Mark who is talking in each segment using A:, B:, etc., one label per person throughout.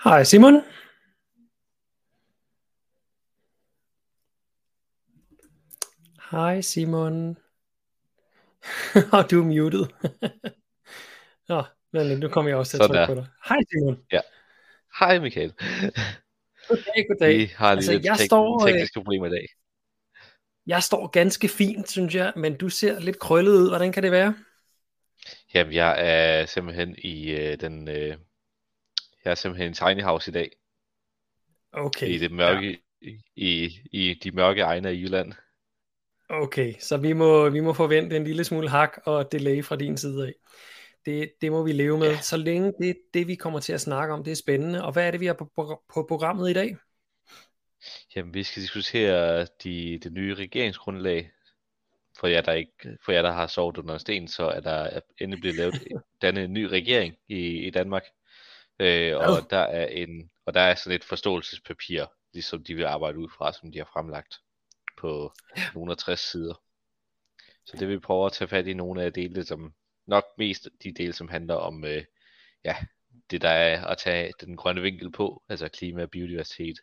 A: Hej Simon. Hej Simon. Og du er muted. Nå, nu kommer jeg også til at
B: Sådan
A: trykke
B: der.
A: på dig. Hej Simon.
B: Ja. Hej Michael.
A: Goddag.
B: Vi har lige
A: Altså
B: lidt tekniske problemer i dag.
A: jeg står ganske fint, synes jeg, men du ser lidt krøllet ud. Hvordan kan det være?
B: Jamen, jeg er simpelthen jeg er simpelthen i tiny house i dag.
A: Okay,
B: I det
A: ja.
B: mørke, i de mørke egne af Jylland.
A: Okay, så vi må forvente en lille smule hak og delay fra din side af. Det må vi leve med,
B: Ja.
A: så længe det vi kommer til at snakke om, det er spændende. Og hvad er det, vi har på programmet i dag?
B: Jamen, vi skal diskutere det nye regeringsgrundlag. For jer, der har sovet under en sten, så er der endelig blevet dannet en ny regering i Danmark.
A: Hvad?
B: Og der er sådan et forståelsespapir, ligesom de vil arbejde ud fra, som de har fremlagt på nogle af 60 sider. Så det vil vi prøve at tage fat i nogle af delene, som nok mest de dele, som handler om det der er at tage den grønne vinkel på, altså klima, biodiversitet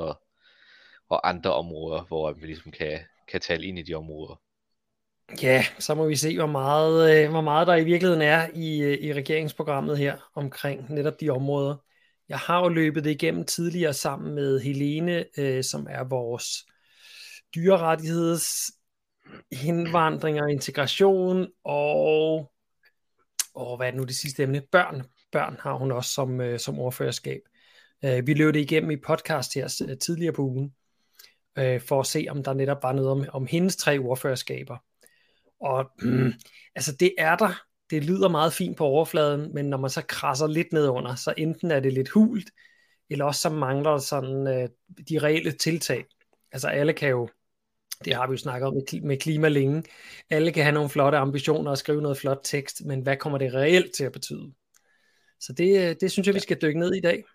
B: og andre områder, hvor vi ligesom kan tale ind i de områder.
A: Ja, så må vi se, hvor meget der i virkeligheden er i regeringsprogrammet her omkring netop de områder. Jeg har jo løbet det igennem tidligere sammen med Helene, som er vores dyrerettigheds, indvandring og integration, og hvad er det nu det sidste emne? Børn har hun også som ordførerskab. Vi løb det igennem i podcast her tidligere på ugen, for at se, om der netop var noget om hendes 3 ordførerskaber. Og altså det er der. Det lyder meget fint på overfladen, men når man så krasser lidt ned under, så enten er det lidt hult, eller også så mangler sådan de reelle tiltag. Altså alle kan jo, det har vi jo snakket om med klima længe, alle kan have nogle flotte ambitioner og skrive noget flot tekst, men hvad kommer det reelt til at betyde? Så det synes jeg, vi skal dykke ned i dag.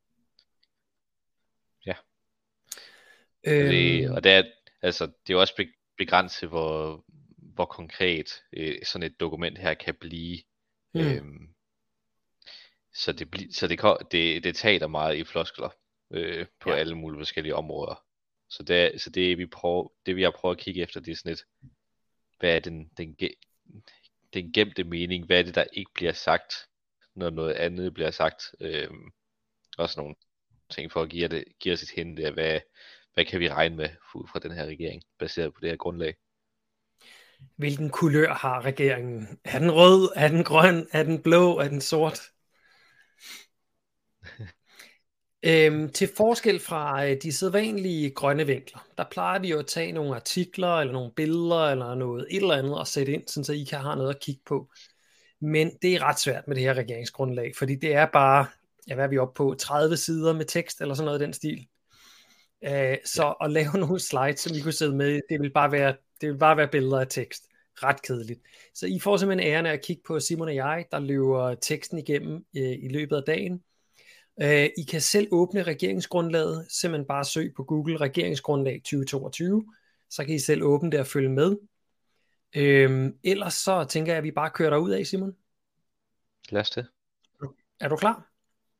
B: Ja. Det er jo også begrænset, hvor konkret sådan et dokument her kan blive. Så det taler meget i floskler på alle mulige forskellige områder. Så det vi har prøvet at kigge efter, det er sådan et, hvad er den gemte mening, hvad er det der ikke bliver sagt, når noget andet bliver sagt, også nogle ting for at give os et hint af, hvad kan vi regne med fra den her regering, baseret på det her grundlag.
A: Hvilken kulør har regeringen? Er den rød? Er den grøn? Er den blå? Er den sort? Til forskel fra de sædvanlige grønne vinkler, der plejer vi jo at tage nogle artikler, eller nogle billeder, eller noget et eller andet, og sætte ind, så I kan have noget at kigge på. Men det er ret svært med det her regeringsgrundlag, fordi det er bare, hvad er vi oppe på, 30 sider med tekst, eller sådan noget i den stil. Så at lave nogle slides, som I kunne sidde med, det vil bare være billeder af tekst. Ret kedeligt. Så I får simpelthen æren af at kigge på Simon og jeg, der løber teksten igennem i løbet af dagen. I kan selv åbne regeringsgrundlaget, simpelthen bare søg på Google regeringsgrundlag 2022, så kan I selv åbne det og følge med. Ellers så tænker jeg, at vi bare kører derud af, Simon.
B: Lad os det.
A: Er du klar?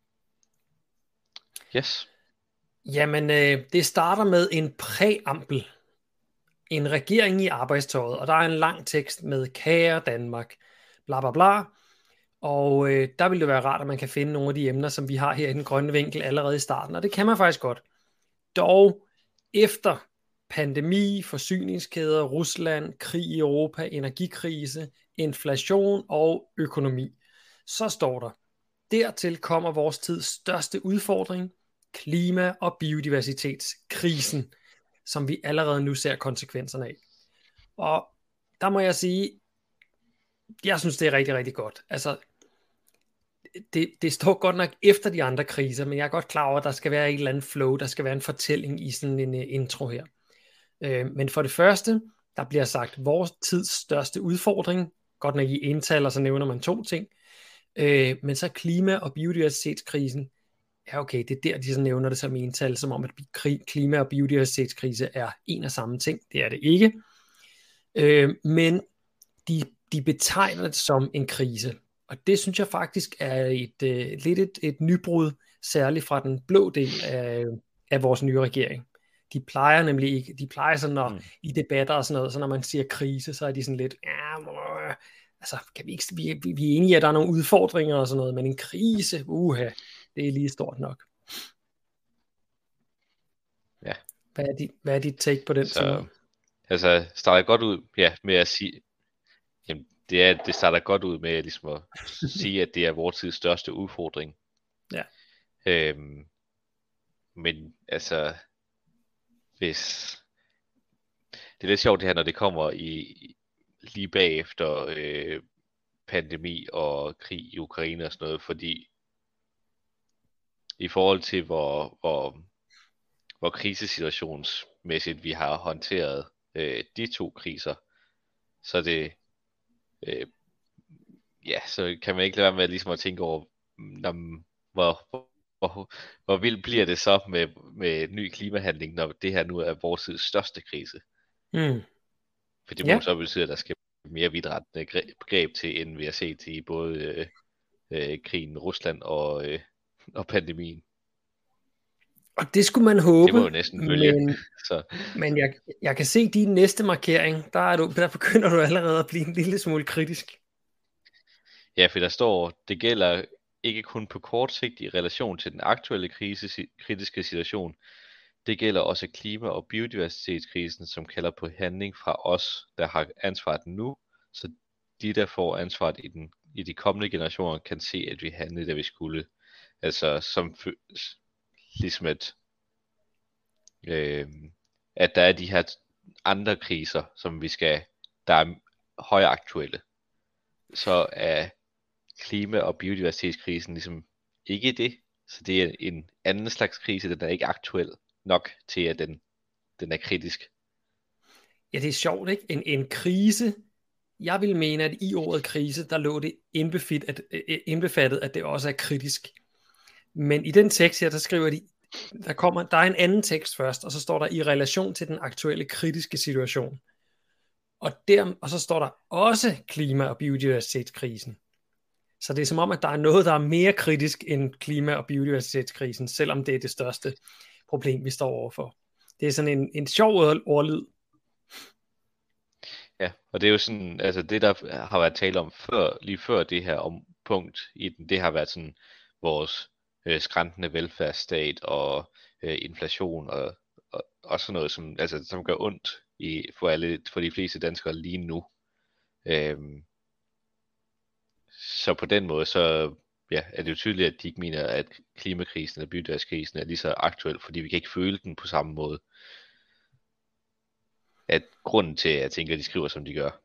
B: Yes.
A: Jamen, det starter med en præambel. En regering i arbejdstøjet, og der er en lang tekst med kære Danmark, bla bla bla. Og der vil det være rart, at man kan finde nogle af de emner, som vi har her i den grønne vinkel allerede i starten, og det kan man faktisk godt. Dog efter pandemi, forsyningskæder, Rusland, krig i Europa, energikrise, inflation og økonomi, så står der, dertil kommer vores tids største udfordring, klima- og biodiversitetskrisen, som vi allerede nu ser konsekvenserne af. Og der må jeg sige, jeg synes det er rigtig, rigtig godt. Altså, det står godt nok efter de andre kriser, men jeg er godt klar over, at der skal være et eller andet flow, der skal være en fortælling i sådan en intro her. Men for det første, der bliver sagt, vores tids største udfordring, godt nok i ental, og så nævner man 2 ting, men så klima- og biodiversitetskrisen, ja okay, det er der, de så nævner det som ental, som om at klima- og biodiversitetskrise er en og samme ting. Det er det ikke. Men de betegner det som en krise. Og det synes jeg faktisk er lidt et nybrud særligt fra den blå del af vores nye regering. De plejer nemlig ikke, de plejer sådan, når i debatter og sådan noget, så når man siger krise, så er de sådan lidt, altså, kan vi ikke, vi er enige, at der er nogle udfordringer og sådan noget, men en krise, det er lige stort nok.
B: Ja.
A: Hvad er dit take på den?
B: Så, altså, starter godt ud med at sige, jamen, det starter godt ud med ligesom at sige, at det er vores tids største udfordring.
A: Ja.
B: Men altså, hvis det er lidt sjovt det her, når det kommer lige bagefter pandemi og krig i Ukraine og sådan noget, fordi i forhold til hvor krisesituationsmæssigt vi har håndteret de to kriser, så det så kan man ikke lade være med ligesom at tænke over, hvor vildt bliver det så med ny klimahandling, når det her nu er vores tids største krise. For det må så betyde, at der skal mere vidtrættende greb til, end vi har set i både krigen med Rusland og pandemien.
A: Og det skulle man håbe.
B: Det må jo næsten følge.
A: Men jeg kan se din næste markering, der begynder du allerede at blive en lille smule kritisk.
B: Ja, for der står, det gælder ikke kun på kort sigt i relation til den aktuelle kritiske situation. Det gælder også klima- og biodiversitetskrisen, som kalder på handling fra os, der har ansvaret nu, så de, der får ansvaret i de kommende generationer, kan se, at vi handlede, da vi skulle. Altså, ligesom at der er de her andre kriser, som der er højaktuelle. Så er klima- og biodiversitetskrisen ligesom ikke det. Så det er en anden slags krise, den er ikke aktuel nok til, at den er kritisk.
A: Ja, det er sjovt, ikke? En krise, jeg vil mene, at i ordet krise, der lå det indbefattet, at det også er kritisk. Men i den tekst her, der skriver de, der er en anden tekst først, og så står der i relation til den aktuelle kritiske situation. Og så står der også klima- og biodiversitetskrisen. Så det er som om, at der er noget, der er mere kritisk end klima- og biodiversitetskrisen, selvom det er det største problem, vi står overfor. Det er sådan en sjov ordlyd.
B: Ja, og det er jo sådan, altså det der har været tale om lige før det her punkt i den, det har været sådan vores skrantende velfærdsstat og inflation og sådan noget, som gør ondt for de fleste danskere lige nu. Så på den måde, så er det jo tydeligt, at de ikke mener, at klimakrisen og biodiversitetskrisen er lige så aktuel, fordi vi kan ikke føle den på samme måde. At grunden til, at jeg tænker, at de skriver, som de gør.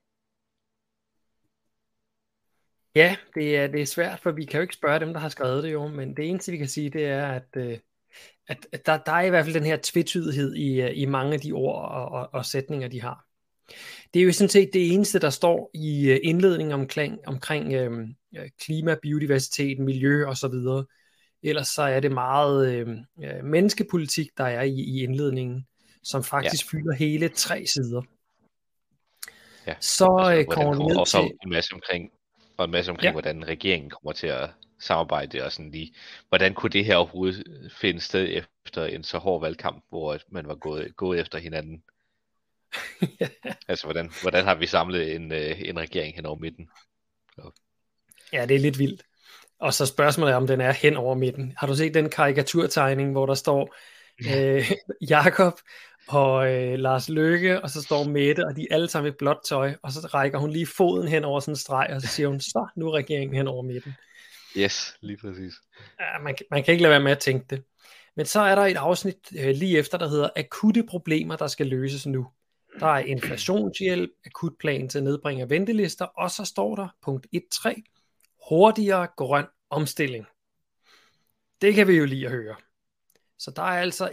A: Ja, det er svært, for vi kan jo ikke spørge dem, der har skrevet det jo, men det eneste, vi kan sige, det er, at der er i hvert fald den her tvetydighed i mange af de ord og sætninger, de har. Det er jo sådan set det eneste, der står i indledningen omkring klima, biodiversitet, miljø og så videre. Ellers så er det meget menneskepolitik, der er i indledningen, som faktisk fylder hele 3 sider.
B: Ja.
A: Så kommer vi ned til
B: en masse omkring, hvordan regeringen kommer til at samarbejde og sådan lige, hvordan kunne det her overhovedet finde sted efter en så hård valgkamp, hvor man var gået efter hinanden. Altså, hvordan har vi samlet en regering hen over midten?
A: Ja, det er lidt vildt. Og så spørgsmålet er, om den er hen over midten. Har du set den karikaturtegning, hvor der står Jakob og Lars Løkke, og så står Mette, og de er alle sammen i blåt tøj, og så rækker hun lige foden hen over sådan en streg, og så siger hun, så nu er regeringen hen over midten.
B: Yes, lige præcis.
A: Ja, man kan ikke lade være med at tænke det. Men så er der et afsnit lige efter, der hedder akutte problemer, der skal løses nu. Der er inflationshjælp, akutplan til nedbringe af ventelister, og så står der punkt 1.3, hurtigere grøn omstilling. Det kan vi jo lige at høre. Så der er altså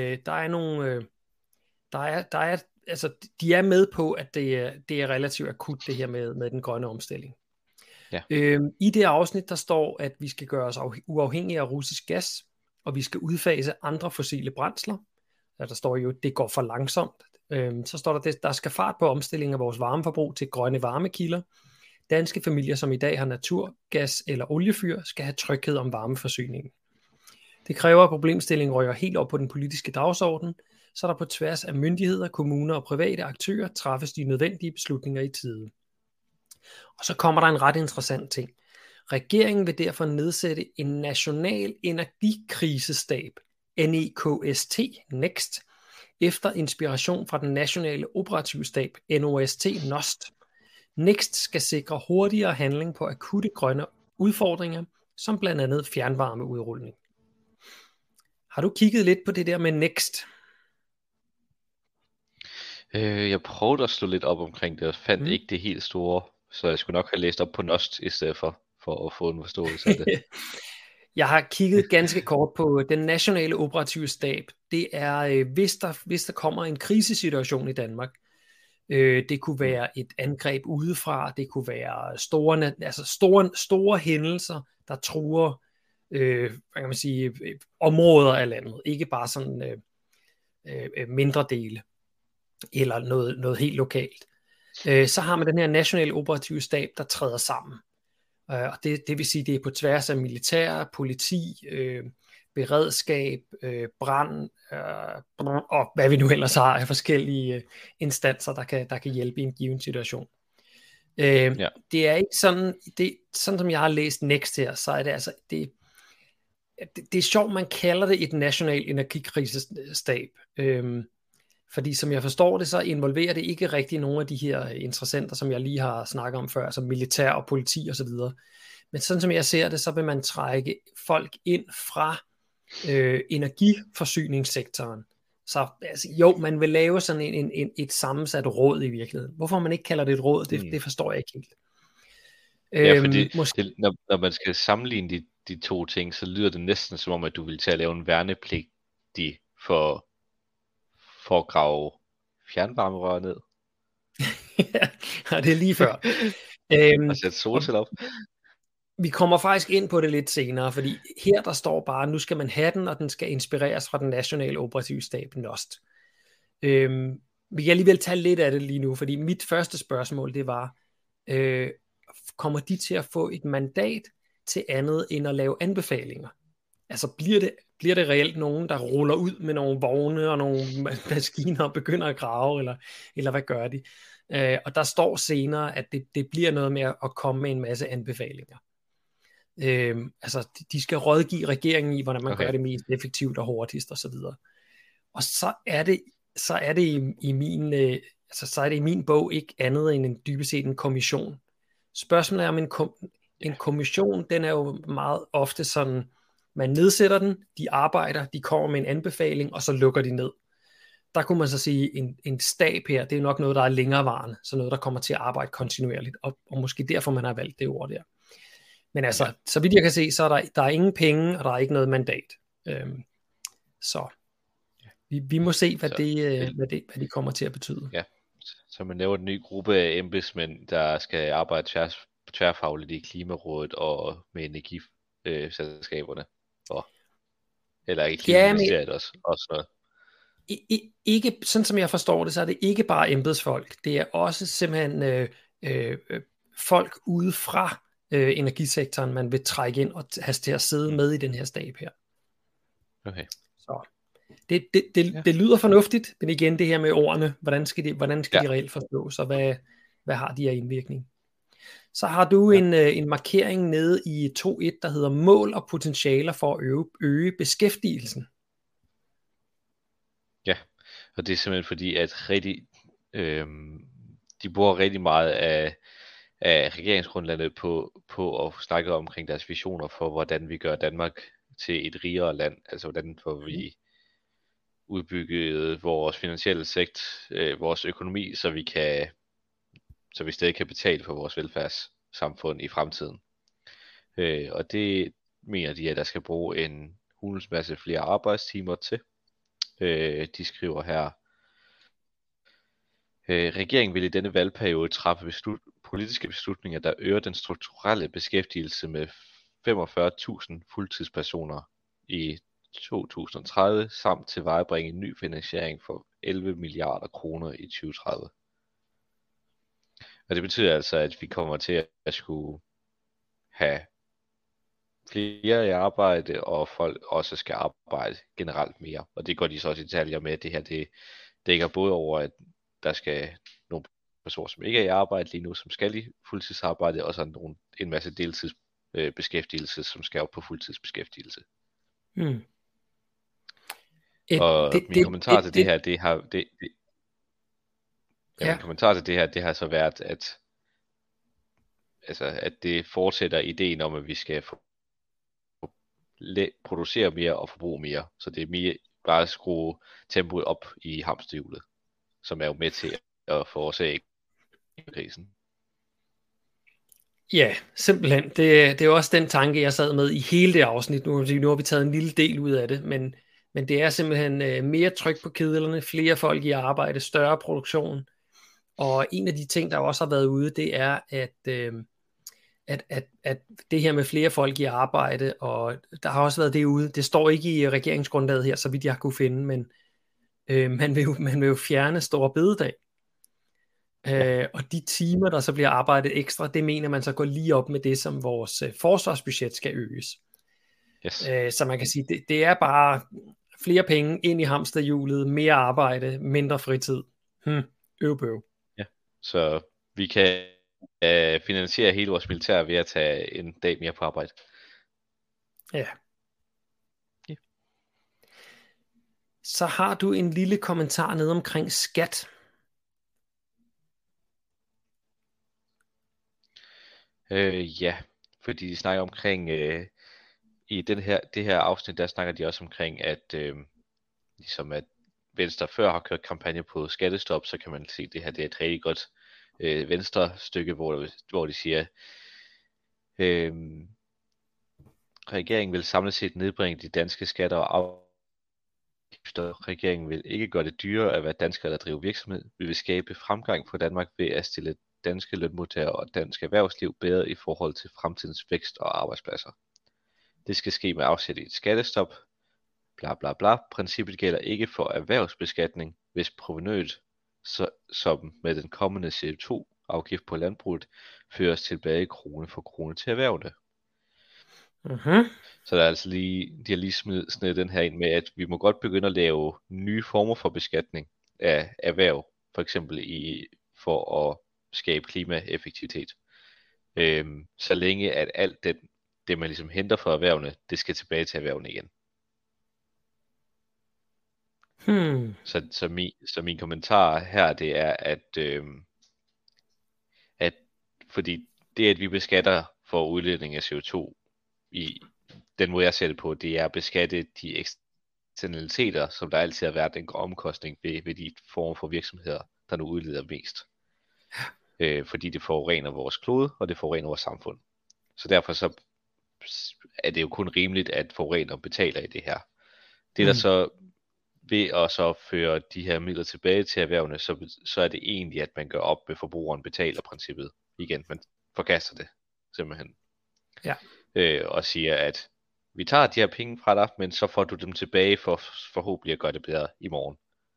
A: altså de er med på, at det er relativt akut, det her med den grønne omstilling.
B: Ja.
A: I det afsnit, der står, at vi skal gøre os uafhængige af russisk gas, og vi skal udfase andre fossile brændsler. Der står jo, at det går for langsomt. Så står der skal fart på omstilling af vores varmeforbrug til grønne varmekilder. Danske familier, som i dag har naturgas eller oliefyr, skal have tryghed om varmeforsyningen. Det kræver, at problemstillingen rykker helt op på den politiske dagsorden, så der på tværs af myndigheder, kommuner og private aktører træffes de nødvendige beslutninger i tide. Og så kommer der en ret interessant ting. Regeringen vil derfor nedsætte en national energikrisestab, NEKST, NEXT, efter inspiration fra den nationale operativstab, NOST. NEXT skal sikre hurtigere handling på akutte grønne udfordringer, som blandt andet fjernvarmeudrulning. Har du kigget lidt på det der med NEXT?
B: Jeg prøvede at slå lidt op omkring det, og fandt ikke det helt store, så jeg skulle nok have læst op på NOST i stedet for at få en forståelse af det.
A: Jeg har kigget ganske kort på den nationale operative stab. Det er, hvis der kommer en krisesituation i Danmark. Det kunne være et angreb udefra, det kunne være store hændelser, der truer hvad kan man sige, områder af landet, ikke bare sådan mindre dele, eller noget helt lokalt. Så har man den her nationale operative stab, der træder sammen. Og det vil sige, det er på tværs af militær, politi, beredskab, brand og hvad vi nu ellers har af forskellige instanser, der kan hjælpe i en given situation. Det er ikke sådan, sådan som jeg har læst NEXT her, så er det altså, det er sjovt, man kalder det et national energikrisestab. Fordi som jeg forstår det, så involverer det ikke rigtig nogen af de her interessenter, som jeg lige har snakket om før, altså militær og politi og så videre. Men sådan som jeg ser det, så vil man trække folk ind fra energiforsyningssektoren. Så altså, jo, man vil lave sådan et sammensat råd i virkeligheden. Hvorfor man ikke kalder det et råd, det forstår jeg ikke helt.
B: Ja, fordi når man skal sammenligne de to ting, så lyder det næsten som om, at du vil til at lave en værnepligtig for at grave fjernvarmerør ned.
A: Ja, det er lige før.
B: Og sætte solceller op.
A: Vi kommer faktisk ind på det lidt senere, fordi her der står bare, nu skal man have den, og den skal inspireres fra den nationale operative stab, NOST. Vi kan alligevel tage lidt af det lige nu, fordi mit første spørgsmål, det var, kommer de til at få et mandat til andet end at lave anbefalinger? Altså bliver det reelt nogen, der ruller ud med nogle vogne og nogle maskiner og begynder at grave, eller hvad gør de? Og der står senere, at det bliver noget med at komme med en masse anbefalinger. Altså de skal rådgive regeringen i, hvordan man gør det mest effektivt og hurtigst og så videre. Og så er det i min bog ikke andet end dybest set en kommission. Spørgsmålet er om en kommission, den er jo meget ofte sådan, man nedsætter den, de arbejder, de kommer med en anbefaling, og så lukker de ned. Der kunne man så sige, en stab her, det er nok noget, der er længerevarende, så noget, der kommer til at arbejde kontinuerligt, og måske derfor man har valgt det ord der. Men altså, så vidt jeg kan se, så er der er ingen penge, og der er ikke noget mandat. Så vi må se, hvad det kommer til at betyde. Ja,
B: så man laver en ny gruppe af embedsmænd, der skal arbejde tværfagligt i Klimarådet og med energiselskaberne. Eller i Klimaministeriet også noget.
A: Ikke, sådan som jeg forstår det, så er det ikke bare embedsfolk. Det er også simpelthen folk ude fra energisektoren, man vil trække ind og have til at sidde med i den her stab her.
B: Okay.
A: Så det lyder fornuftigt, men igen det her med ordene, hvordan skal de reelt forstås, og hvad har de af indvirkning? Så har du en markering nede i 2.1, der hedder mål og potentialer for at øge beskæftigelsen.
B: Ja, og det er simpelthen fordi, at de bruger rigtig meget af regeringsgrundlaget på at snakke omkring deres visioner for, hvordan vi gør Danmark til et rigere land. Altså hvordan får vi udbygget vores finansielle sektor, vores økonomi, så vi stadig kan betale for vores velfærdssamfund i fremtiden. Og det mener de, at der skal bruge en hulens masse flere arbejdstimer til. De skriver her, regeringen vil i denne valgperiode træffe politiske beslutninger, der øger den strukturelle beskæftigelse med 45.000 fuldtidspersoner i 2030, samt tilvejebringe en ny finansiering for 11 milliarder kroner i 2030. Og det betyder altså, at vi kommer til at skulle have flere i arbejde, og folk også skal arbejde generelt mere. Og det går de så også i detaljer med, at det her det dækker både over, at der skal nogle personer, som ikke er i arbejde lige nu, som skal i fuldtidsarbejde, og så en masse deltidsbeskæftigelse, som skal op på fuldtidsbeskæftigelse.
A: Hmm.
B: Og min kommentar til det her, min kommentar til det her, det har så været, at det fortsætter ideen om, at vi skal producere mere og forbruge mere. Så det er mere bare at skrue tempoet op i hamsterhjulet, som er jo med til at forårsage krisen.
A: Ja, simpelthen. Det er jo også den tanke, jeg sad med i hele det afsnit. Nu har vi taget en lille del ud af det, men det er simpelthen mere tryk på kedlerne, flere folk i arbejde, større produktion. Og en af de ting, der også har været ude, det er, at det her med flere folk i arbejde, og der har også været det ude, det står ikke i regeringsgrundlaget her, så vidt jeg kunne finde, men man vil jo fjerne store bededag. Og de timer, der så bliver arbejdet ekstra, det mener man så går lige op med det, som vores forsvarsbudget skal øges.
B: Yes.
A: Så man kan sige, det er bare flere penge ind i hamsterhjulet, mere arbejde, mindre fritid. Øvbøv.
B: Ja, så vi kan finansiere hele vores militær ved at tage en dag mere på arbejde.
A: Ja. Så har du en lille kommentar ned omkring skat.
B: Ja, fordi de snakker omkring, i det her afsnit, der snakker de også omkring, at ligesom at Venstre før har kørt kampagne på skattestop, så kan man se, at det her det er et rigtig godt Venstre stykke, hvor de siger, regeringen vil samlet set nedbringe de danske skatter og afgifter. Regeringen vil ikke gøre det dyrere at være dansker eller drive virksomhed. Vi vil skabe fremgang for Danmark ved at stille danske lønmodtagere og dansk erhvervsliv bedre i forhold til fremtidens vækst og arbejdspladser. Det skal ske med afsæt i et skattestop. Bla bla bla. Princippet gælder ikke for erhvervsbeskatning, hvis provenuet, som med den kommende CO2-afgift på landbruget, føres tilbage krone for krone til erhvervene.
A: Uh-huh.
B: Så der er altså de har lige snedet den her ind med, at vi må godt begynde at lave nye former for beskatning af erhverv, for eksempel for at skabe klimaeffektivitet. Så længe at alt det man ligesom henter fra erhvervene, det skal tilbage til erhvervene igen. Så min kommentar her, det er, at fordi det, at vi beskatter for udledning af CO2, i den måde jeg ser det på, det er at beskatte de eksternaliteter, som der altid har været en omkostning ved de former for virksomheder, der nu udleder mest. Fordi det forurener vores klode, og det forurener vores samfund. Så derfor så er det jo kun rimeligt, at forurener betaler i det her. Det der så ved at så føre de her midler tilbage til erhvervene, så er det egentlig, at man gør op med forbrugeren betaler princippet igen. Man forkaster det simpelthen.
A: Ja.
B: Og siger, at vi tager de her penge fra dig, men så får du dem tilbage for forhåbentlig at gøre det bedre i morgen.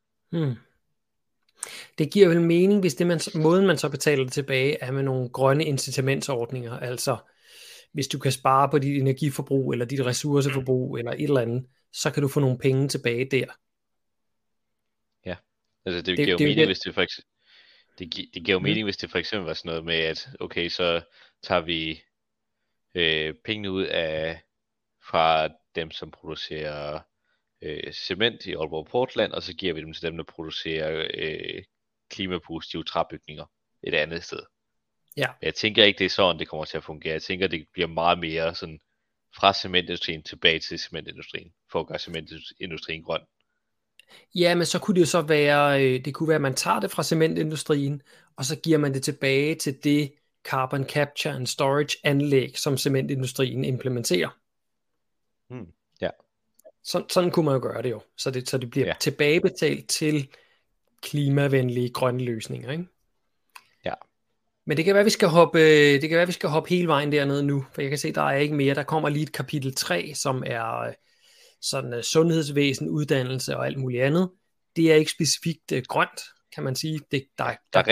A: Det giver vel mening, hvis måden man så betaler det tilbage er med nogle grønne incitamentsordninger, altså hvis du kan spare på dit energiforbrug eller dit ressourceforbrug eller et eller andet, så kan du få nogle penge tilbage der.
B: Ja, altså det giver jo mening, hvis det for eksempel det giver jo mening, hvis det for eksempel var sådan noget med, at okay, så tager vi pengene ud fra dem, som producerer cement i Aalborg Portland, og så giver vi dem til dem, der producerer klimapositive træbygninger et andet sted.
A: Ja.
B: Jeg tænker ikke, det er sådan, det kommer til at fungere. Jeg tænker, det bliver meget mere sådan fra cementindustrien tilbage til cementindustrien, for at gøre cementindustrien grøn.
A: Ja, men så kunne det jo så være, det kunne være, at man tager det fra cementindustrien, og så giver man det tilbage til det carbon capture and storage anlæg, som cementindustrien implementerer.
B: Ja.
A: Sådan kunne man jo gøre det jo, så det bliver tilbagebetalt til klimavenlige grønne løsninger, ikke?
B: Ja.
A: Men det kan være, vi skal hoppe hele vejen dernede nu, for jeg kan se, der er ikke mere. Der kommer lige et kapitel 3, som er sådan sundhedsvæsen, uddannelse og alt muligt andet. Det er ikke specifikt grønt, kan man sige. Der er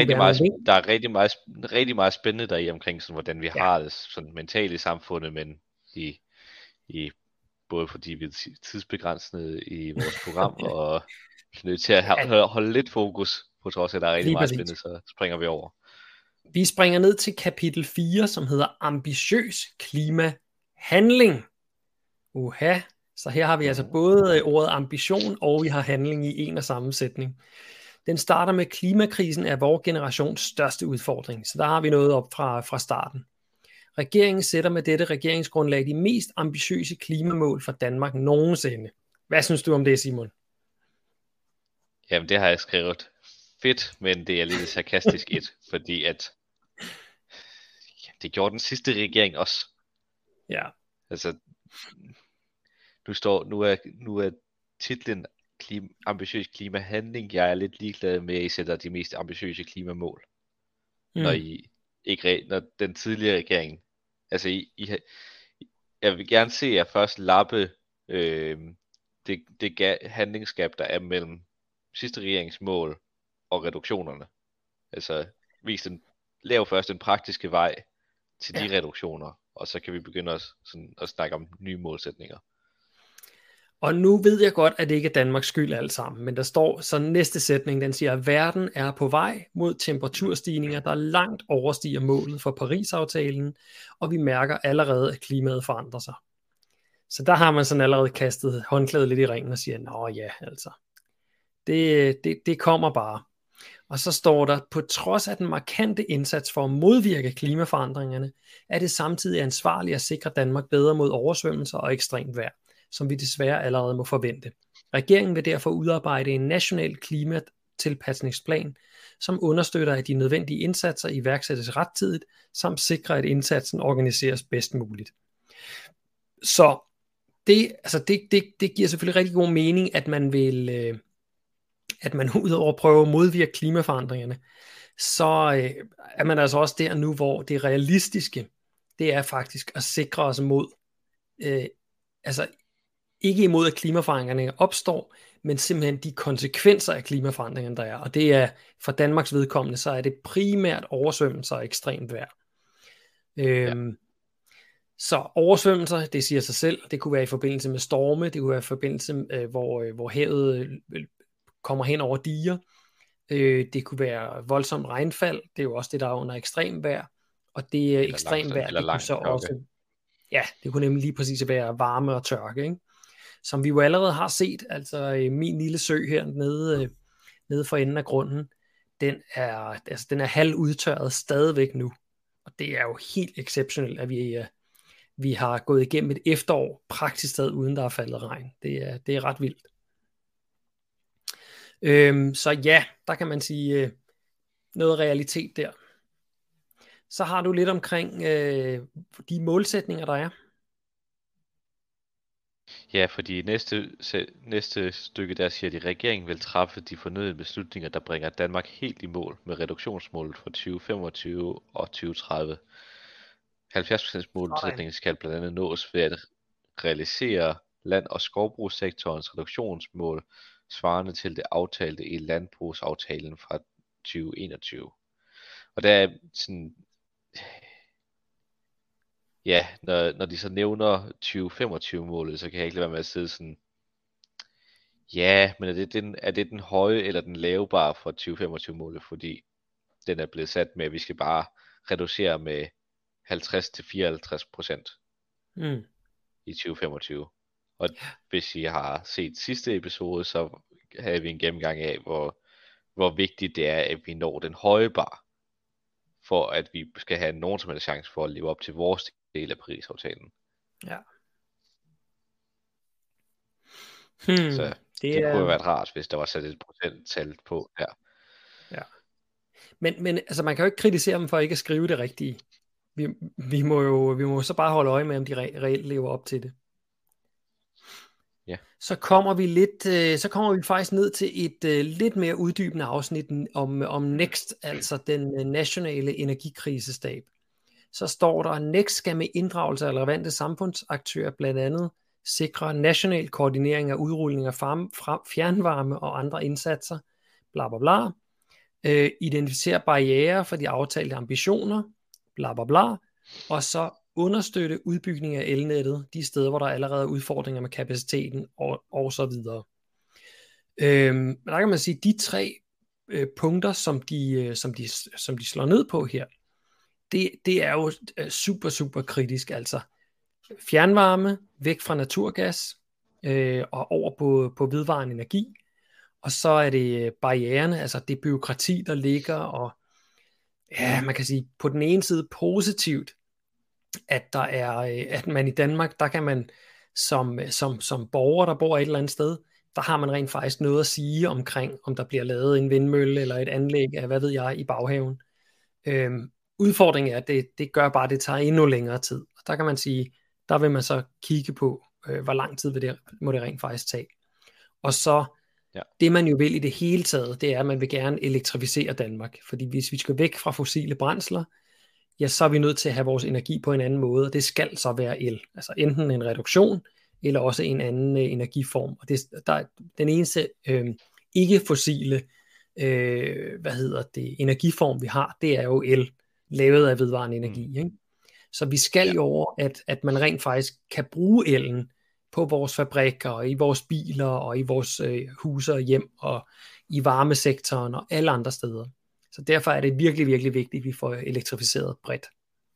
B: rigtig meget spændende der i omkring sådan, hvordan vi har det sådan mentalt i samfundet, men Både fordi vi er tidsbegrænsede i vores program, og nødt til at holde lidt fokus, på trods af, at der er rigtig meget spændende, så springer vi over.
A: Vi springer ned til kapitel 4, som hedder ambitiøs klimahandling. Så her har vi altså både ordet ambition, og vi har handling i en og samme sætning. Den starter med, klimakrisen er vores generations største udfordring, så der har vi noget op fra starten. Regeringen sætter med dette regeringsgrundlag de mest ambitiøse klimamål for Danmark nogensinde. Hvad synes du om det, Simon?
B: Jamen, det har jeg skrevet fedt, men det er lidt sarkastisk fordi at det gjorde den sidste regering også.
A: Ja.
B: Altså, nu er titlen ambitiøs klimahandling. Jeg er lidt ligeglad med, at I sætter de mest ambitiøse klimamål. Når den tidligere regering, altså jeg vil gerne se jer først lappe det handlingsgab, der er mellem sidste regjeringsmål og reduktionerne. Altså lav først den praktiske vej til de reduktioner, og så kan vi begynde at snakke om nye målsætninger.
A: Og nu ved jeg godt, at det ikke er Danmarks skyld alt sammen, men der står så næste sætning, den siger, at verden er på vej mod temperaturstigninger, der langt overstiger målet for Paris-aftalen, og vi mærker allerede, at klimaet forandrer sig. Så der har man sådan allerede kastet håndklædet lidt i ringen og siger, nå ja, altså, det kommer bare. Og så står der, på trods af den markante indsats for at modvirke klimaforandringerne, er det samtidig ansvarligt at sikre Danmark bedre mod oversvømmelser og ekstremt vejr, som vi desværre allerede må forvente. Regeringen vil derfor udarbejde en national klimatilpasningsplan, som understøtter, at de nødvendige indsatser iværksættes rettidigt, samt sikrer, at indsatsen organiseres bedst muligt. Så det giver selvfølgelig rigtig god mening, at man vil, at man udover at prøve at modvirke klimaforandringerne, så er man altså også der nu, hvor det realistiske, det er faktisk at sikre os mod, ikke imod at klimaforandringerne opstår, men simpelthen de konsekvenser af klimaforandringerne, der er. Og det er for Danmarks vedkommende, så er det primært oversvømmelser og ekstremt vejr. Så oversvømmelser, det siger sig selv, det kunne være i forbindelse med storme, det kunne være i forbindelse med, hvor havet kommer hen over diger, det kunne være voldsomt regnfald, det er jo også det, der er under ekstrem vejr, og det er ekstrem vejr, det kunne så også, det kunne nemlig lige præcis være varme og tørke, ikke? Som vi jo allerede har set, altså min lille sø her nede for enden af grunden, den er halv udtørret stadigvæk nu, og det er jo helt exceptionelt, at vi har gået igennem et efterår praktisk taget uden der er faldet regn. Det er ret vildt. Så ja, der kan man sige noget realitet der. Så har du lidt omkring de målsætninger, der er.
B: Ja, fordi næste stykke der siger de, at regeringen vil træffe de fornødne beslutninger, der bringer Danmark helt i mål med reduktionsmålet for 2025 og 2030. 70% målsætningen skal blandt andet nås ved at realisere land- og skovbrugssektorens reduktionsmål, svarende til det aftalte i landbrugsaftalen fra 2021. Og der er sådan, ja, når de så nævner 2025-målet, så kan jeg ikke lade være med at sidde sådan, ja, men er det den høje eller den lave bar for 2025-målet, fordi den er blevet sat med, at vi skal bare reducere med 50-54% i 2025. Og hvis I har set sidste episode, så havde vi en gennemgang af, hvor vigtigt det er, at vi når den høje bar, for at vi skal have nogen som helst chance for at leve op til vores del af Paris-aftalen.
A: Ja.
B: Så det kunne have været rart, hvis der var sat et procenttal på her.
A: Ja. Men altså, man kan jo ikke kritisere dem for ikke at skrive det rigtige. Vi må så bare holde øje med, om de reelt lever op til det.
B: Ja.
A: Så kommer vi faktisk ned til et lidt mere uddybende afsnit om NEKST, altså den nationale energikrisestab. Så står der, at NEKST skal med inddragelse af relevante samfundsaktører blandt andet sikre national koordinering af udrulling af fjernvarme og andre indsatser, bla bla bla, identificere barrierer for de aftalte ambitioner, bla bla bla, og så understøtte udbygning af elnettet de steder, hvor der allerede er udfordringer med kapaciteten og så videre. Der kan man sige, de 3 punkter, som de slår ned på her, det er jo super, super kritisk. Altså fjernvarme, væk fra naturgas og over på vedvarende energi. Og så er det barriererne, altså det bureaukrati, der ligger, og ja, man kan sige på den ene side positivt, at der er, at man i Danmark, der kan man som borger, der bor et eller andet sted, der har man rent faktisk noget at sige omkring, om der bliver lavet en vindmølle eller et anlæg af, hvad ved jeg, i baghaven. Udfordringen er, at det gør bare, at det tager endnu længere tid. Og der kan man sige, der vil man så kigge på, hvor lang tid må det rent faktisk tage. Og så det man jo vil i det hele taget, det er, at man vil gerne elektrificere Danmark. Fordi hvis vi skal væk fra fossile brændsler, ja, så er vi nødt til at have vores energi på en anden måde, og det skal så være el. Altså enten en reduktion, eller også en anden energiform. Og den eneste ikke-fossile energiform, vi har, det er jo el, lavet af vedvarende energi. Ikke? Så vi skal jo over, at man rent faktisk kan bruge elen på vores fabrikker, og i vores biler, og i vores huse og hjem, og i varmesektoren, og alle andre steder. Så derfor er det virkelig, virkelig vigtigt, at vi får elektrificeret bredt.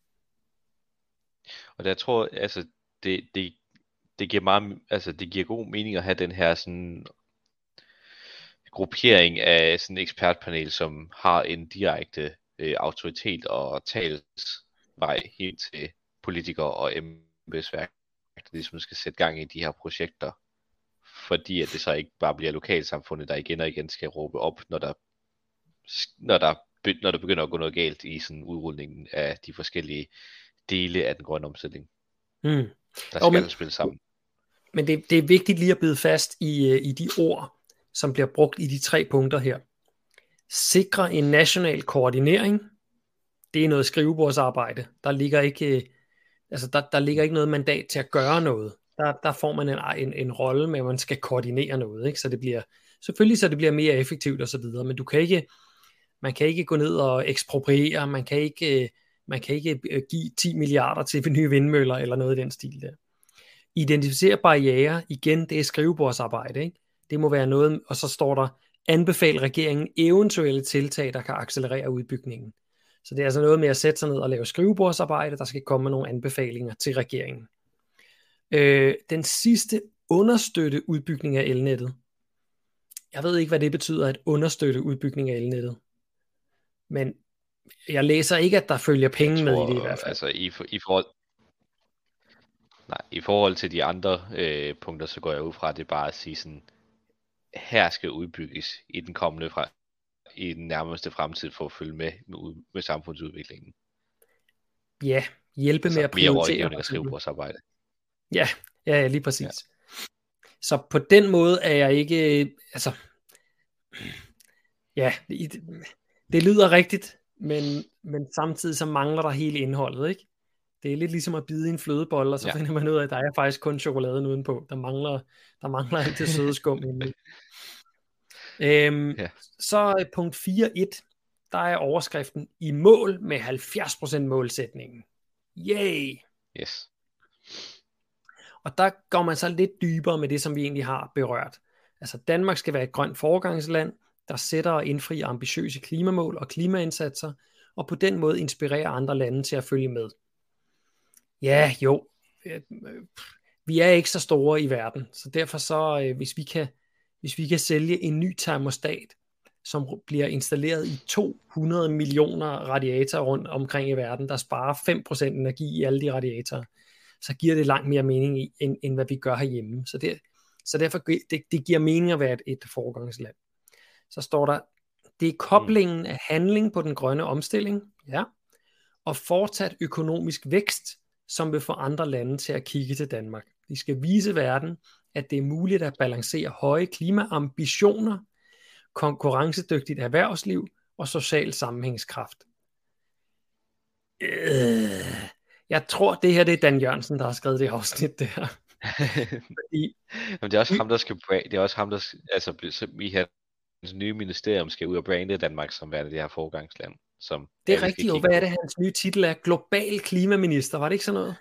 B: Og der tror jeg, altså, det giver meget, altså det giver god mening at have den her sådan gruppering af sådan et ekspertpanel, som har en direkte autoritet og talsvej helt til politikere og embedsværk, der ligesom skal sætte gang i de her projekter, fordi at det så ikke bare bliver lokalsamfundet, der igen og igen skal råbe op, når der begynder at gå noget galt i sådan udrulningen af de forskellige dele af den grønne omstilling. Der skal spille sammen.
A: Men det er vigtigt lige at bide fast i de ord, som bliver brugt i de 3 punkter her. Sikre en national koordinering. Det er noget skrivebordsarbejde. Der ligger ikke, der ligger ikke noget mandat til at gøre noget. Der får man en rolle med, at man skal koordinere noget, ikke? Så det bliver selvfølgelig så det bliver mere effektivt og så videre. Men man kan ikke gå ned og ekspropriere. Man kan ikke give 10 milliarder til nye vindmøller eller noget i den stil der. Identificere barrierer, igen, det er skrivebordsarbejde, ikke? Det må være noget, og så står der, anbefale regeringen eventuelle tiltag, der kan accelerere udbygningen. Så det er altså noget med at sætte sig ned og lave skrivebordsarbejde, der skal komme nogle anbefalinger til regeringen. Den sidste, understøtte udbygning af elnettet. Jeg ved ikke, hvad det betyder, at understøtte udbygning af elnettet. Men jeg læser ikke, at der følger penge med i det i hvert fald.
B: Altså i forhold til de andre punkter, så går jeg ud fra, at det er bare at sige sådan, her skal udbygges i den nærmeste fremtid for at følge med samfundsudviklingen.
A: Ja, hjælpe med at prioritere.
B: Mere rådgivning og skrivebordsarbejde.
A: Ja, lige præcis. Ja. Så på den måde er jeg ikke, altså, ja, det lyder rigtigt, men samtidig så mangler der hele indholdet, ikke? Det er lidt ligesom at bide i en flødebolle, og så finder man ud af, at der er faktisk kun chokoladen udenpå. Der mangler alt det søde skum inde. Så punkt 4.1, der er overskriften i mål med 70% målsætningen. Yay!
B: Yes.
A: Og der går man så lidt dybere med det, som vi egentlig har berørt. Altså Danmark skal være et grønt foregangsland, der sætter og indfrier ambitiøse klimamål og klimaindsatser, og på den måde inspirerer andre lande til at følge med. Ja, jo. Vi er ikke så store i verden, så derfor så, hvis vi kan sælge en ny termostat, som bliver installeret i 200 millioner radiatorer rundt omkring i verden, der sparer 5% energi i alle de radiatorer, så giver det langt mere mening end hvad vi gør herhjemme. Så derfor det giver mening at være et foregangsland. Så står der, det er koblingen af handling på den grønne omstilling, og fortsat økonomisk vækst, som vil få andre lande til at kigge til Danmark. Vi skal vise verden, at det er muligt at balancere høje klimaambitioner, konkurrencedygtigt erhvervsliv og social sammenhængskraft. Jeg tror, det her det er Dan Jørgensen, der har skrevet det afsnit der. Fordi,
B: men det er også ham, der skal det er også ham, der altså vi har nye ministerium skal ud og brande Danmark som værende det her foregangsland. som
A: Det er
B: alle skal
A: rigtigt, og
B: kigge
A: hvad er
B: på.
A: det, hans nye titel er? Global klimaminister, var det ikke sådan noget?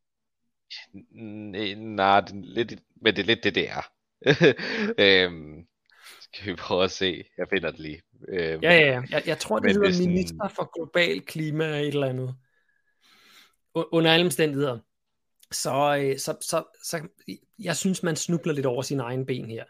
B: Nej, men det er lidt det, det er. øhm, Skal vi prøve at se. Jeg finder det lige.
A: Ja. Jeg tror, det
B: Men
A: hedder
B: det er sådan,
A: minister for global klima et eller andet. Under alle omstændigheder. Så jeg synes, man snubler lidt over sin egen ben her.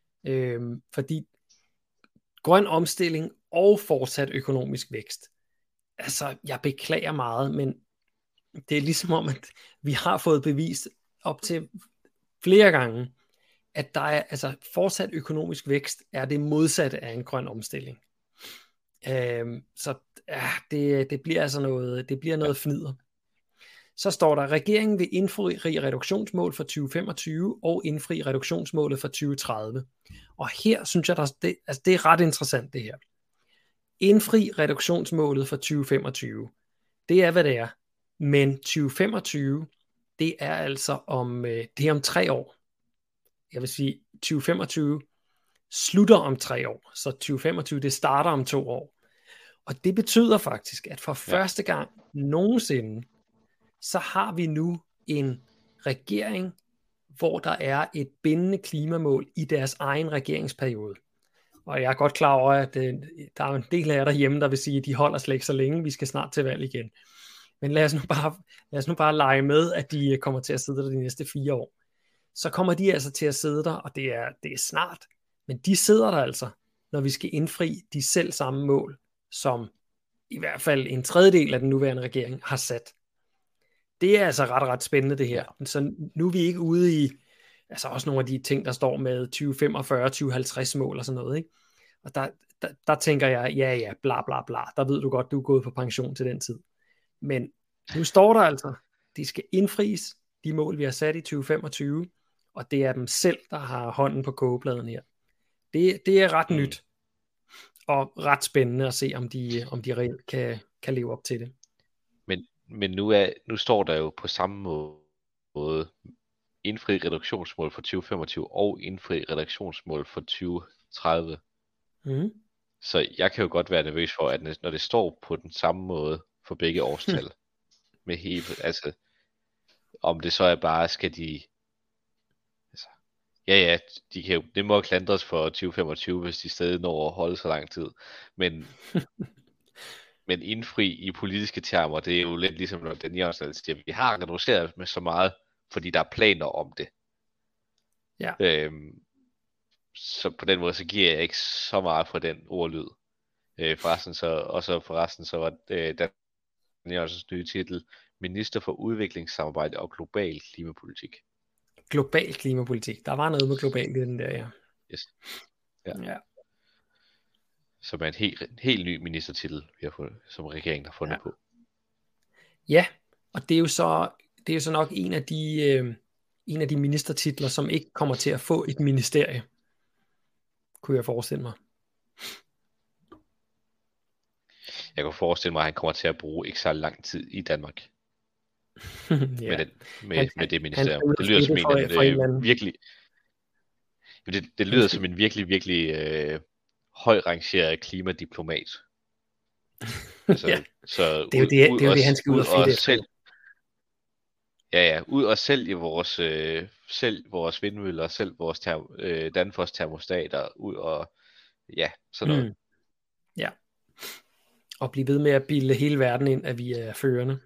A: Fordi grøn omstilling og fortsat økonomisk vækst. Altså, jeg beklager meget, men det er ligesom om, at vi har fået bevist op til flere gange, at der er altså fortsat økonomisk vækst er det modsatte af en grøn omstilling. Så det bliver altså noget fnider. Så står der, regeringen vil indfri reduktionsmål for 2025 og indfri reduktionsmålet for 2030. Og her synes jeg, det er ret interessant det her. Indfri reduktionsmålet for 2025. Det er, hvad det er. Men 2025, det er altså om 3 år. Jeg vil sige, 2025 slutter om 3 år. Så 2025, det starter om 2 år. Og det betyder faktisk, at for første gang nogensinde, så har vi nu en regering, hvor der er et bindende klimamål i deres egen regeringsperiode. Og jeg er godt klar over, at der er en del af jer derhjemme, der vil sige, at de holder slet ikke så længe, vi skal snart til valg igen. Men lad os nu bare lege med, at de kommer til at sidde der de næste 4 år. Så kommer de altså til at sidde der, og det er snart. Men de sidder der altså, når vi skal indfri de selv samme mål, som i hvert fald en tredjedel af den nuværende regering har sat. Det er altså ret spændende det her. Så nu er vi ikke ude i, altså også nogle af de ting, der står med 2045, 2050 mål og sådan noget, ikke? Og der tænker jeg, ja, bla bla bla, der ved du godt, du er gået på pension til den tid. Men nu står der altså, de skal indfries, de mål, vi har sat i 2025, og det er dem selv, der har hånden på kogepladen her. Det er ret nyt, og ret spændende at se, om de reelt kan leve op til det.
B: Men nu står der jo på samme måde indfri reduktionsmål for 2025 og indfri reduktionsmål for 2030. Så jeg kan jo godt være nervøs for, at når det står på den samme måde for begge årstal, med hele, altså, om det så er bare, skal de, altså, ja, de kan jo, det må klandres for 2025, hvis de stadig når at holde så lang tid, men indfri i politiske termer, det er jo lidt ligesom, når den Jørgensen siger, vi har reduceret med så meget, fordi der er planer om det.
A: Ja.
B: Så på den måde, så giver jeg ikke så meget for den ordlyd. Forresten så var Dan Jørgensens nye titel Minister for Udviklingssamarbejde og Global Klimapolitik.
A: Global klimapolitik. Der var noget med global i den der, ja.
B: Yes.
A: Ja.
B: Som er en helt ny ministertitel, som regeringen har fundet på.
A: Ja, og det er jo så nok en af de ministertitler, som ikke kommer til at få et ministerie, kunne jeg forestille mig.
B: Jeg kan forestille mig, at han kommer til at bruge ikke så lang tid i Danmark. med det ministerium. Det lyder som en virkelig... Det lyder som en virkelig, virkelig høj rangeret klimadiplomat. Altså,
A: ja.
B: Så
A: det er jo det, han skal ud og fedt
B: selv. Ja, ud og sælge vores vindmøller, selv vores Danfoss termostater, ud og sådan noget.
A: Ja. Og blive ved med at bilde hele verden ind, at vi er førende.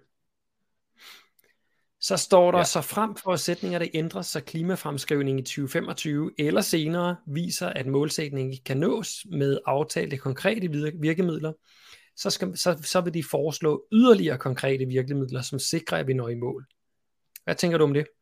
A: Så står der, så frem forudsætningerne ændres, så klimafremskrivningen i 2025 eller senere viser, at målsætningen kan nås med aftalte konkrete virkemidler, så vil de foreslå yderligere konkrete virkemidler, som sikrer, at vi når i mål. Hvad tænker du om det?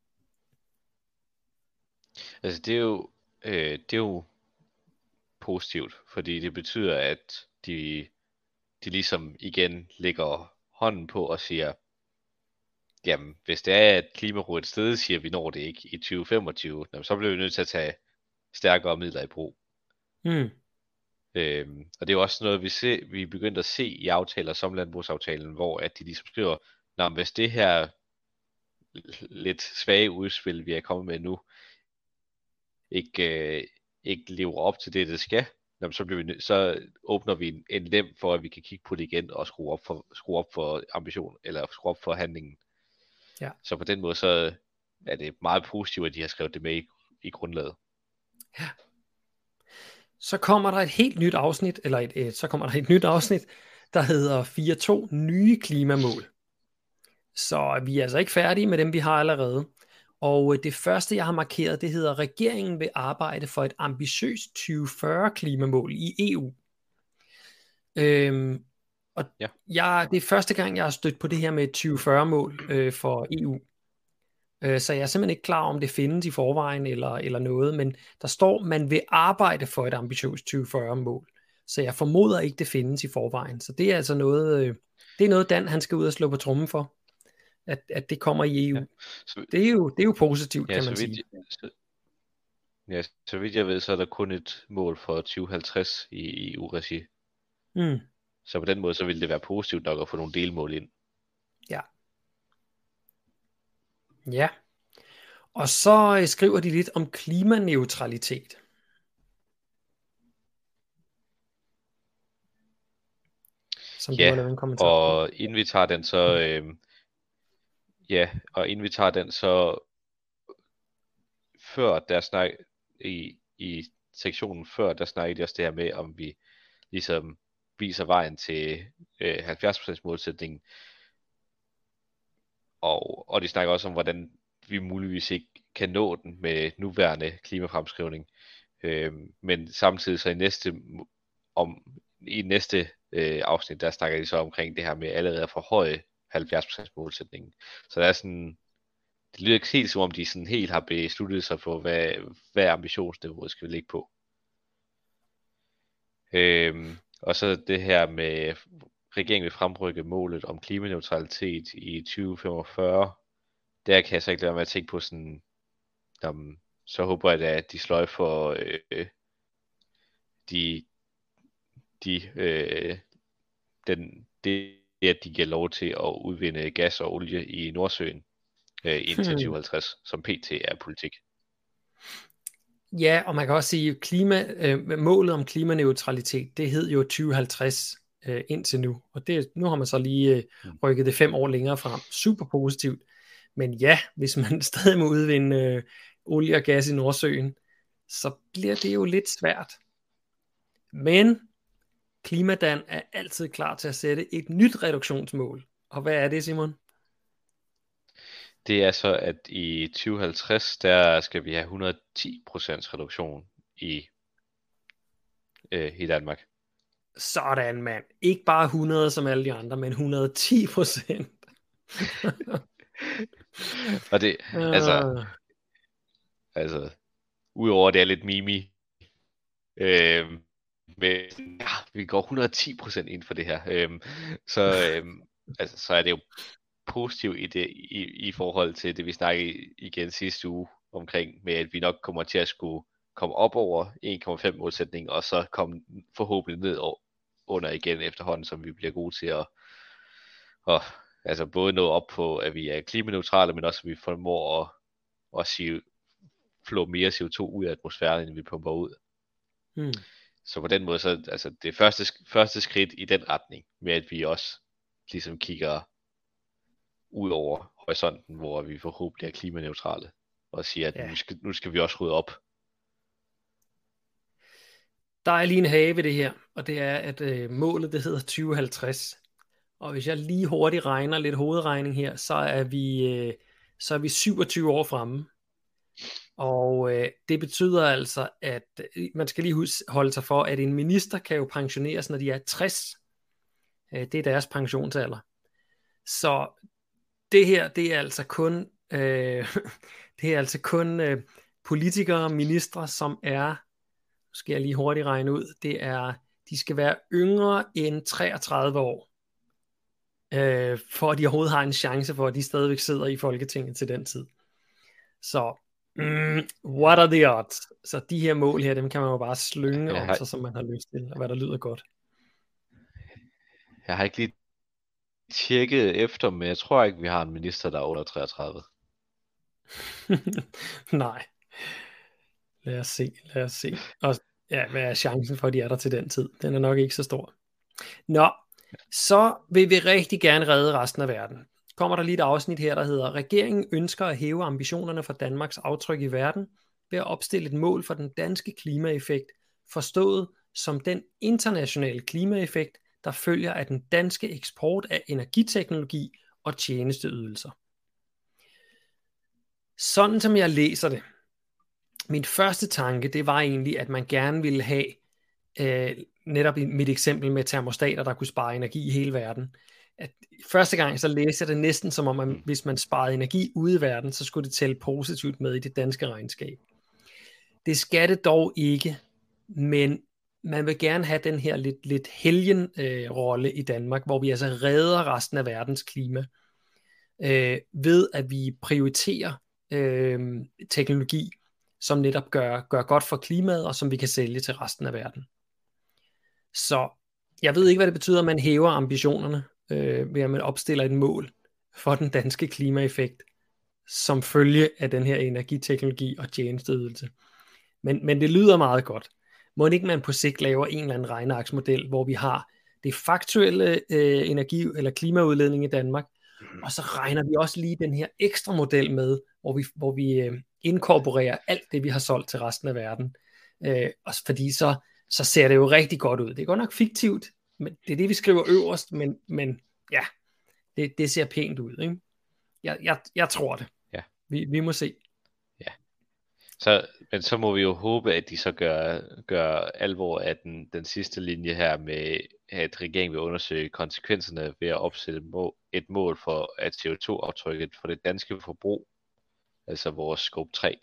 B: Altså det er jo positivt, fordi det betyder, at de ligesom igen lægger hånden på og siger, jamen, hvis det er, at Klimarådet stadig siger, at vi når det ikke i 2025, så bliver vi nødt til at tage stærkere midler i brug. Og det er jo også noget, vi er begyndt at se i aftaler som landbrugsaftalen, hvor at de ligesom skriver, hvis det her lidt svage udspil, vi er kommet med nu, ikke lever op til det skal, jamen, så åbner vi en lem for, at vi kan kigge på det igen og skrue op for ambition, eller skrue op for handlingen.
A: Ja.
B: Så på den måde, så er det meget positivt, at de har skrevet det med i grundlaget.
A: Ja. Så kommer der et helt nyt afsnit, så kommer der et nyt afsnit, der hedder 4.2 nye klimamål. Så vi er altså ikke færdige med dem, vi har allerede. Og det første, jeg har markeret, det hedder, regeringen vil arbejde for et ambitiøst 2040 klimamål i EU. Det er første gang, jeg har stødt på det her med et 2040 mål for EU. Så jeg er simpelthen ikke klar om det findes i forvejen eller noget, men der står, man vil arbejde for et ambitiøst 2040 mål. Så jeg formoder ikke, det findes i forvejen. Så det er altså noget, det er noget Dan, han skal ud og slå på trommen for, at det kommer i EU. Ja. Det er jo positivt, kan man sige.
B: Så vidt jeg ved, så er der kun et mål for 2050 i EU-regi. Så på den måde, så vil det være positivt nok at få nogle delmål ind.
A: Ja. Ja. Og så skriver de lidt om klimaneutralitet. Som du har lavet en kommentar.
B: Og inden vi tager den, så før der snak i sektionen før, der snakkede de også det her med, om vi ligesom viser vejen til 70% målsætningen. Og de snakker også om, hvordan vi muligvis ikke kan nå den med nuværende klimafremskrivning. Men samtidig så i næste afsnit, der snakker de så omkring det her med allerede at forhøje 70% målsætningen. Så der er sådan, det lyder ikke helt som om de sådan helt har besluttet sig for, hvad ambitionsniveauet skal ligge på. Og så det her med, regeringen vil fremrykke målet om klimaneutralitet i 2045. Der kan jeg så ikke lade være med at tænke på sådan, så håber jeg da, at de sløjfer at de giver lov til at udvinde gas og olie i Nordsøen indtil 2050, som pt. Er politik.
A: Ja, og man kan også sige, målet om klimaneutralitet, det hed jo 2050 indtil nu, og nu har man så lige rykket det 5 år længere frem. Super positivt. Men ja, hvis man stadig må udvinde olie og gas i Nordsøen, så bliver det jo lidt svært. Men Klimadan er altid klar til at sætte et nyt reduktionsmål. Og hvad er det, Simon?
B: Det er så, at i 2050, der skal vi have 110% reduktion i Danmark.
A: Sådan, mand. Ikke bare 100 som alle de andre, men 110%.
B: Og det, altså, udover det er lidt mimi, men ja, vi går 110% ind for det her, så er det jo positivt i forhold til det, vi snakkede igen sidste uge omkring, med at vi nok kommer til at skulle komme op over 1,5 målsætning, og så komme forhåbentlig ned under igen efterhånden, som vi bliver gode til at altså både nå op på, at vi er klimaneutrale, men også at vi formår at flå mere CO2 ud af atmosfæren, end vi pumper ud. Så på den måde, så altså det første skridt i den retning, med at vi også ligesom kigger ud over horisonten, hvor vi forhåbentlig er klimaneutrale, og siger, at nu skal vi også rydde op.
A: Der er lige en have ved det her, og det er, at målet det hedder 2050. Og hvis jeg lige hurtigt regner lidt hovedregning her, så er vi 27 år fremme. Og det betyder altså, at man skal lige holde sig for, at en minister kan jo pensioneres, når de er 60. Det er deres pensionsalder. Så det her, det er altså kun politikere og ministre, som er, nu skal jeg lige hurtigt regne ud, de skal være yngre end 33 år, for at de overhovedet har en chance for, at de stadigvæk sidder i Folketinget til den tid. Så what are the odds? Så de her mål her, dem kan man jo bare slynge om sig, som man har lyst til, og hvad der lyder godt.
B: Jeg har ikke lige tjekket efter, men jeg tror ikke, vi har en minister, der er under 33.
A: Nej. Lad os se. Og Ja, hvad er chancen for, at de er der til den tid? Den er nok ikke så stor. Nå, så vil vi rigtig gerne redde resten af verden. Kommer der lige et afsnit her, der hedder: Regeringen ønsker at hæve ambitionerne for Danmarks aftryk i verden ved at opstille et mål for den danske klimaeffekt, forstået som den internationale klimaeffekt, der følger af den danske eksport af energiteknologi og tjenesteydelser. Sådan som jeg læser det, min første tanke, det var egentlig, at man gerne ville have, netop i mit eksempel med termostater, der kunne spare energi i hele verden, at første gang så læste jeg det næsten som om, at hvis man sparede energi ude i verden, så skulle det tælle positivt med i det danske regnskab. Det skal det dog ikke, men man vil gerne have den her lidt helgen-rolle i Danmark, hvor vi altså redder resten af verdens klima, ved at vi prioriterer teknologi, som netop gør godt for klimaet, og som vi kan sælge til resten af verden. Så jeg ved ikke, hvad det betyder, at man hæver ambitionerne, ved at man opstiller et mål for den danske klimaeffekt, som følge af den her energiteknologi og tjenesteydelse. Men det lyder meget godt. Må ikke man på sigt laver en eller anden regnearksmodel, hvor vi har det faktuelle energi- eller klimaudledning i Danmark, og så regner vi også lige den her ekstra model med, hvor vi inkorporerer alt det, vi har solgt til resten af verden. Også fordi så ser det jo rigtig godt ud. Det er godt nok fiktivt, men det er det, vi skriver øverst, men ja, det ser pænt ud. Ikke? Jeg tror det.
B: Ja.
A: Vi må se.
B: Ja. Men så må vi jo håbe, at de så gør alvor af den sidste linje her med, at regeringen vil undersøge konsekvenserne ved at opsætte et mål for at CO2-aftrykket for det danske forbrug, altså vores scope 3.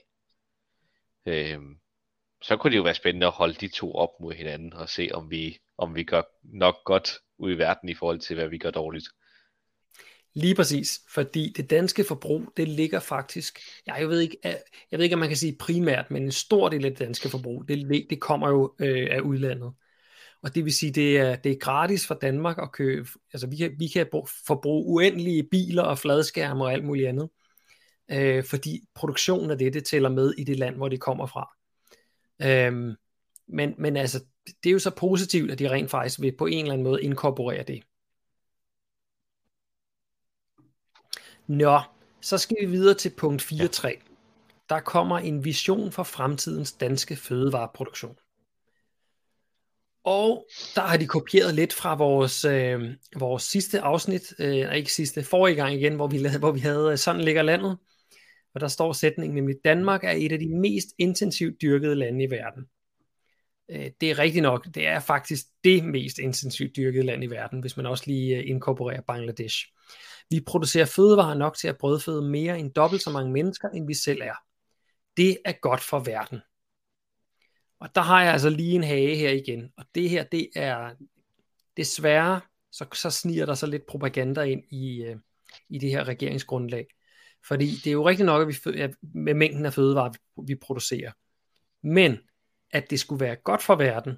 B: Så kunne det jo være spændende at holde de to op mod hinanden og se, om vi gør nok godt ud i verden i forhold til, hvad vi gør dårligt.
A: Lige præcis, fordi det danske forbrug, det ligger faktisk, jeg ved ikke, om man kan sige primært, men en stor del af det danske forbrug, det kommer jo af udlandet. Og det vil sige, det er gratis for Danmark at købe, altså vi kan forbruge uendelige biler og fladskærme og alt muligt andet, fordi produktionen af det tæller med i det land, hvor det kommer fra. Men altså, det er jo så positivt, at de rent faktisk vil på en eller anden måde inkorporere det. Nå, så skal vi videre til punkt 4.3. Der kommer en vision for fremtidens danske fødevareproduktion. Og der har de kopieret lidt fra vores sidste afsnit, forrige gang igen, hvor vi havde Sådan ligger landet. Og der står sætningen nemlig: Danmark er et af de mest intensivt dyrkede lande i verden. Det er rigtigt nok, det er faktisk det mest intensivt dyrkede land i verden, hvis man også lige inkorporerer Bangladesh. Vi producerer fødevarer nok til at brødføde mere end dobbelt så mange mennesker, end vi selv er. Det er godt for verden. Og der har jeg altså lige en hage her igen. Og det her, det er desværre, så sniger der så lidt propaganda ind i det her regeringsgrundlag. Fordi det er jo rigtigt nok, at med mængden af fødevarer, vi producerer. Men at det skulle være godt for verden,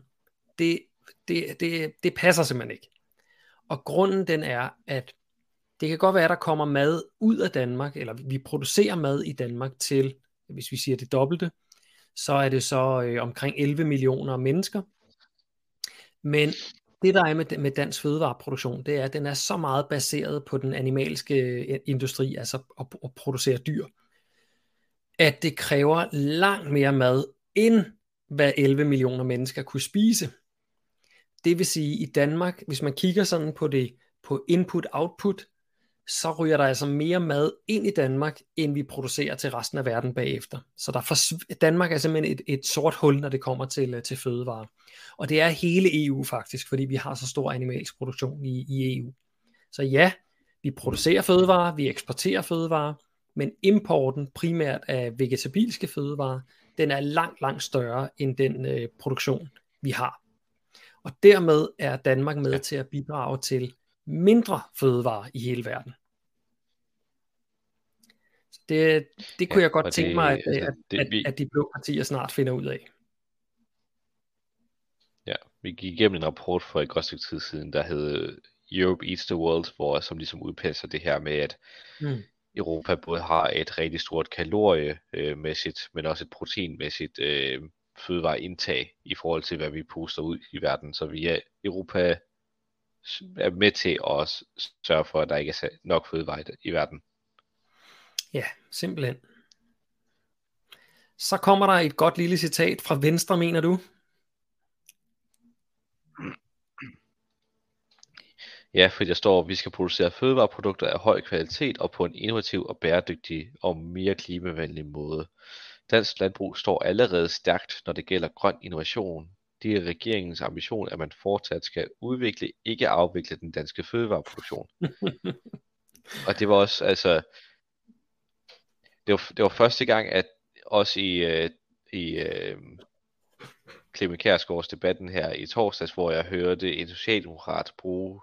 A: det passer simpelthen ikke. Og grunden den er, at det kan godt være, at der kommer mad ud af Danmark, eller vi producerer mad i Danmark til, hvis vi siger det dobbelte, så er det så omkring 11 millioner mennesker. Men det der er med dansk fødevareproduktion, det er, at den er så meget baseret på den animalske industri, altså at producere dyr, at det kræver langt mere mad, end hvad 11 millioner mennesker kunne spise. Det vil sige, i Danmark, hvis man kigger sådan på input-output, så ryger der altså mere mad ind i Danmark, end vi producerer til resten af verden bagefter. Så Danmark er simpelthen et sort hul, når det kommer til fødevarer. Og det er hele EU faktisk, fordi vi har så stor animalsk produktion i EU. Så ja, vi producerer fødevarer, vi eksporterer fødevarer, men importen primært af vegetabilske fødevarer, den er langt, langt større end den produktion, vi har. Og dermed er Danmark med til at bidrage til mindre fødevarer i hele verden. Det kunne jeg godt tænke mig, at de blå partier snart finder ud af.
B: Ja, vi gik igennem en rapport for et godt stykke tid siden, der hed Europe Eats the World, som ligesom udpasser det her med, at Europa både har et rigtig stort kaloriemæssigt, men også et proteinmæssigt fødevareindtag i forhold til, hvad vi puster ud i verden. Så vi er Europa er med til at sørge for, at der ikke er nok fødevare i verden.
A: Ja, simpelthen. Så kommer der et godt lille citat fra Venstre, mener du?
B: Ja, for der står, at vi skal producere fødevareprodukter af høj kvalitet og på en innovativ og bæredygtig og mere klimavenlig måde. Dansk landbrug står allerede stærkt, når det gælder grøn innovation. Det er regeringens ambition, at man fortsat skal udvikle, ikke afvikle den danske fødevareproduktion. Og det var også, altså, det var første gang, at også i Clement Kjærsgaards debatten her i torsdags, hvor jeg hørte en socialdemokrat bruge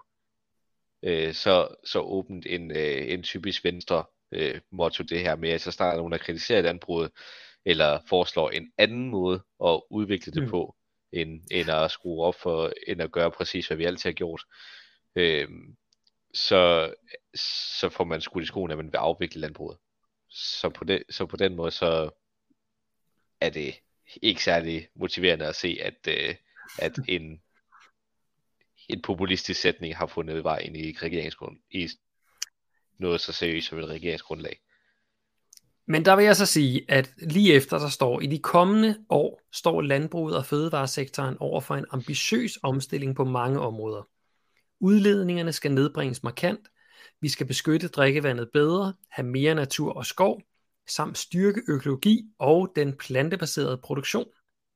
B: så åbent en typisk venstre motto, det her med, at så snart nogen der kritiserer landbruget, eller foreslår en anden måde at udvikle det på, end at skrue op for, end at gøre præcis, hvad vi altid har gjort, så får man skudt i skoene, at man vil afvikle landbruget. Så på den måde, så er det ikke særlig motiverende at se, at en populistisk sætning har fundet vej ind i i noget så seriøst som et regeringsgrundlag.
A: Men der vil jeg så sige, at lige efter der står, i de kommende år står landbruget og fødevaresektoren over for en ambitiøs omstilling på mange områder. Udledningerne skal nedbringes markant, vi skal beskytte drikkevandet bedre, have mere natur og skov, samt styrke økologi og den plantebaserede produktion.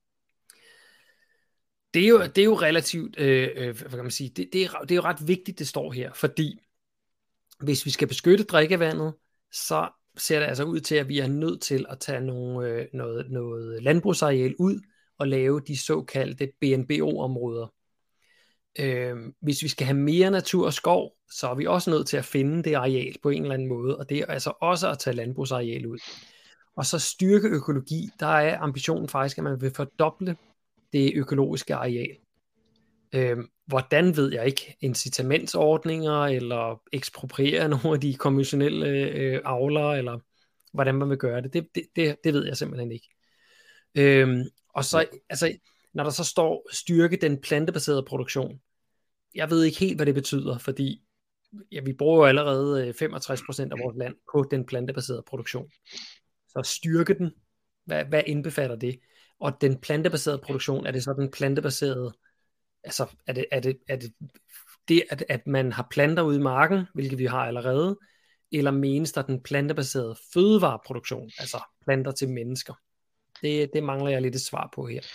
A: Det er jo relativt, hvad kan man sige, det er jo ret vigtigt, det står her, fordi hvis vi skal beskytte drikkevandet, så ser det altså ud til, at vi er nødt til at tage noget landbrugsareal ud og lave de såkaldte BNBO-områder. Hvis vi skal have mere natur og skov, så er vi også nødt til at finde det areal på en eller anden måde, og det er altså også at tage landbrugsareal ud. Og så styrke økologi, der er ambitionen faktisk, at man vil fordoble det økologiske areal. Hvordan ved jeg ikke, incitamentsordninger eller ekspropriere nogle af de konventionelle avlere, eller hvordan man vil gøre det, det ved jeg simpelthen ikke. Og så, altså, når der så står styrke den plantebaserede produktion, jeg ved ikke helt, hvad det betyder, fordi vi bruger jo allerede 65% af vores land på den plantebaserede produktion. Så styrke den, hvad indbefatter det? Og den plantebaserede produktion, er det så den plantebaserede, altså er det at man har planter ude i marken, hvilket vi har allerede, eller menes der den plantebaserede fødevareproduktion, altså planter til mennesker? Det mangler jeg lidt et svar på her.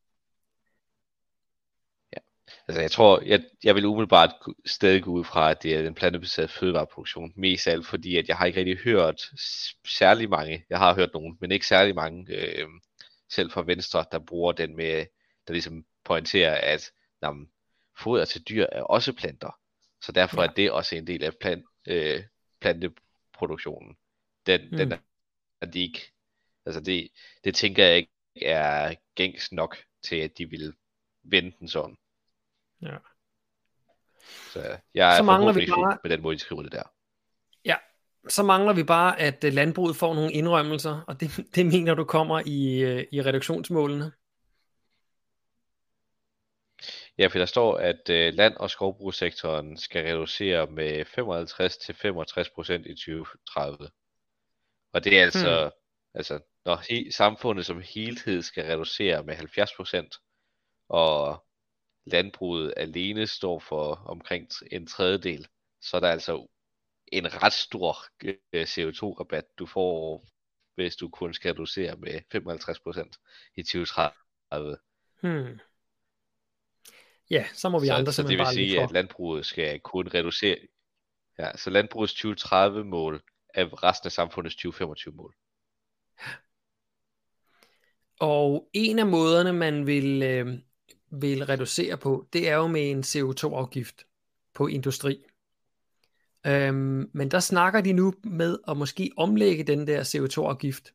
B: Altså jeg tror, jeg vil umiddelbart stadig gå ud fra, at det er den plantebaserede fødevareproduktion, mest af alt fordi, at jeg har ikke rigtig hørt særlig mange, jeg har hørt nogen, men ikke særlig mange, selv fra Venstre, der bruger den med, der ligesom pointerer, at foder til dyr er også planter, så derfor er det også en del af planteproduktionen. Den er de ikke, altså det tænker jeg ikke er gængs nok til, at de vil vende den sådan.
A: Ja.
B: Så jeg er forhåbentlig fuld med den måde, de skriver det der.
A: Ja, så mangler vi bare, at landbruget får nogle indrømmelser, og det mener du kommer i reduktionsmålene?
B: Ja, for der står, at land- og skovbrugssektoren skal reducere med 55-65% i 2030. Og det er altså når samfundet som helhed skal reducere med 70%, og landbruget alene står for omkring en tredjedel, så er der altså en ret stor CO2-rabat, du får, hvis du kun skal reducere med 55% i 2030.
A: Ja, så må vi andre
B: så det vil sige, at landbruget skal kun reducere, så landbrugets 2030-mål er resten af samfundets 2025-mål.
A: Og en af måderne, man vil reducere på, det er jo med en CO2-afgift på industri. Men der snakker de nu med at måske omlægge den der CO2-afgift.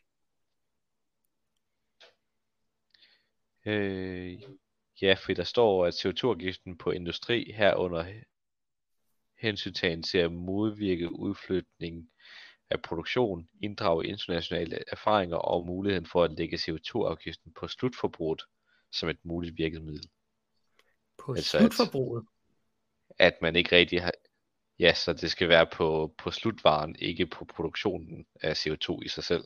B: Ja, for der står, at CO2-afgiften på industri herunder hensyntagen til at modvirke udflytning af produktion, inddrage internationale erfaringer og muligheden for at lægge CO2-afgiften på slutforbruget som et muligt virkemiddel.
A: På
B: Altså
A: slutforbruget?
B: at man ikke rigtig har... Ja, så det skal være på slutvaren, ikke på produktionen af CO2 i sig selv.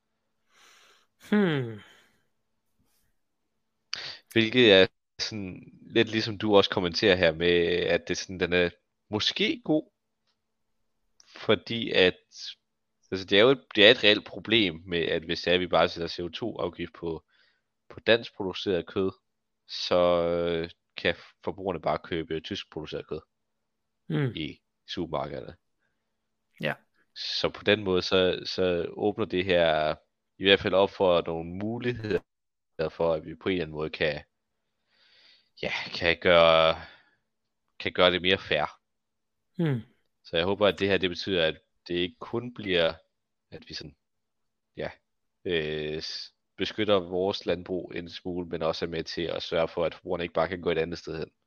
B: Hvilket er sådan lidt ligesom du også kommenterer her med, at det sådan, den er måske god, fordi at altså det er et reelt problem med, at hvis det er, at vi bare sætter CO2-afgift på dansk produceret kød, så kan forbrugerne bare købe tysk produceret kød i supermarkederne.
A: Ja. Så
B: på den måde, så åbner det her i hvert fald op for nogle muligheder for, at vi på en eller anden måde kan gøre det mere fair. Så jeg håber, at det her, det betyder, at det ikke kun bliver, at vi sådan, beskytter vores landbrug en smule, men også er med til at sørge for, at forbrugerne ikke bare kan gå et andet sted hen.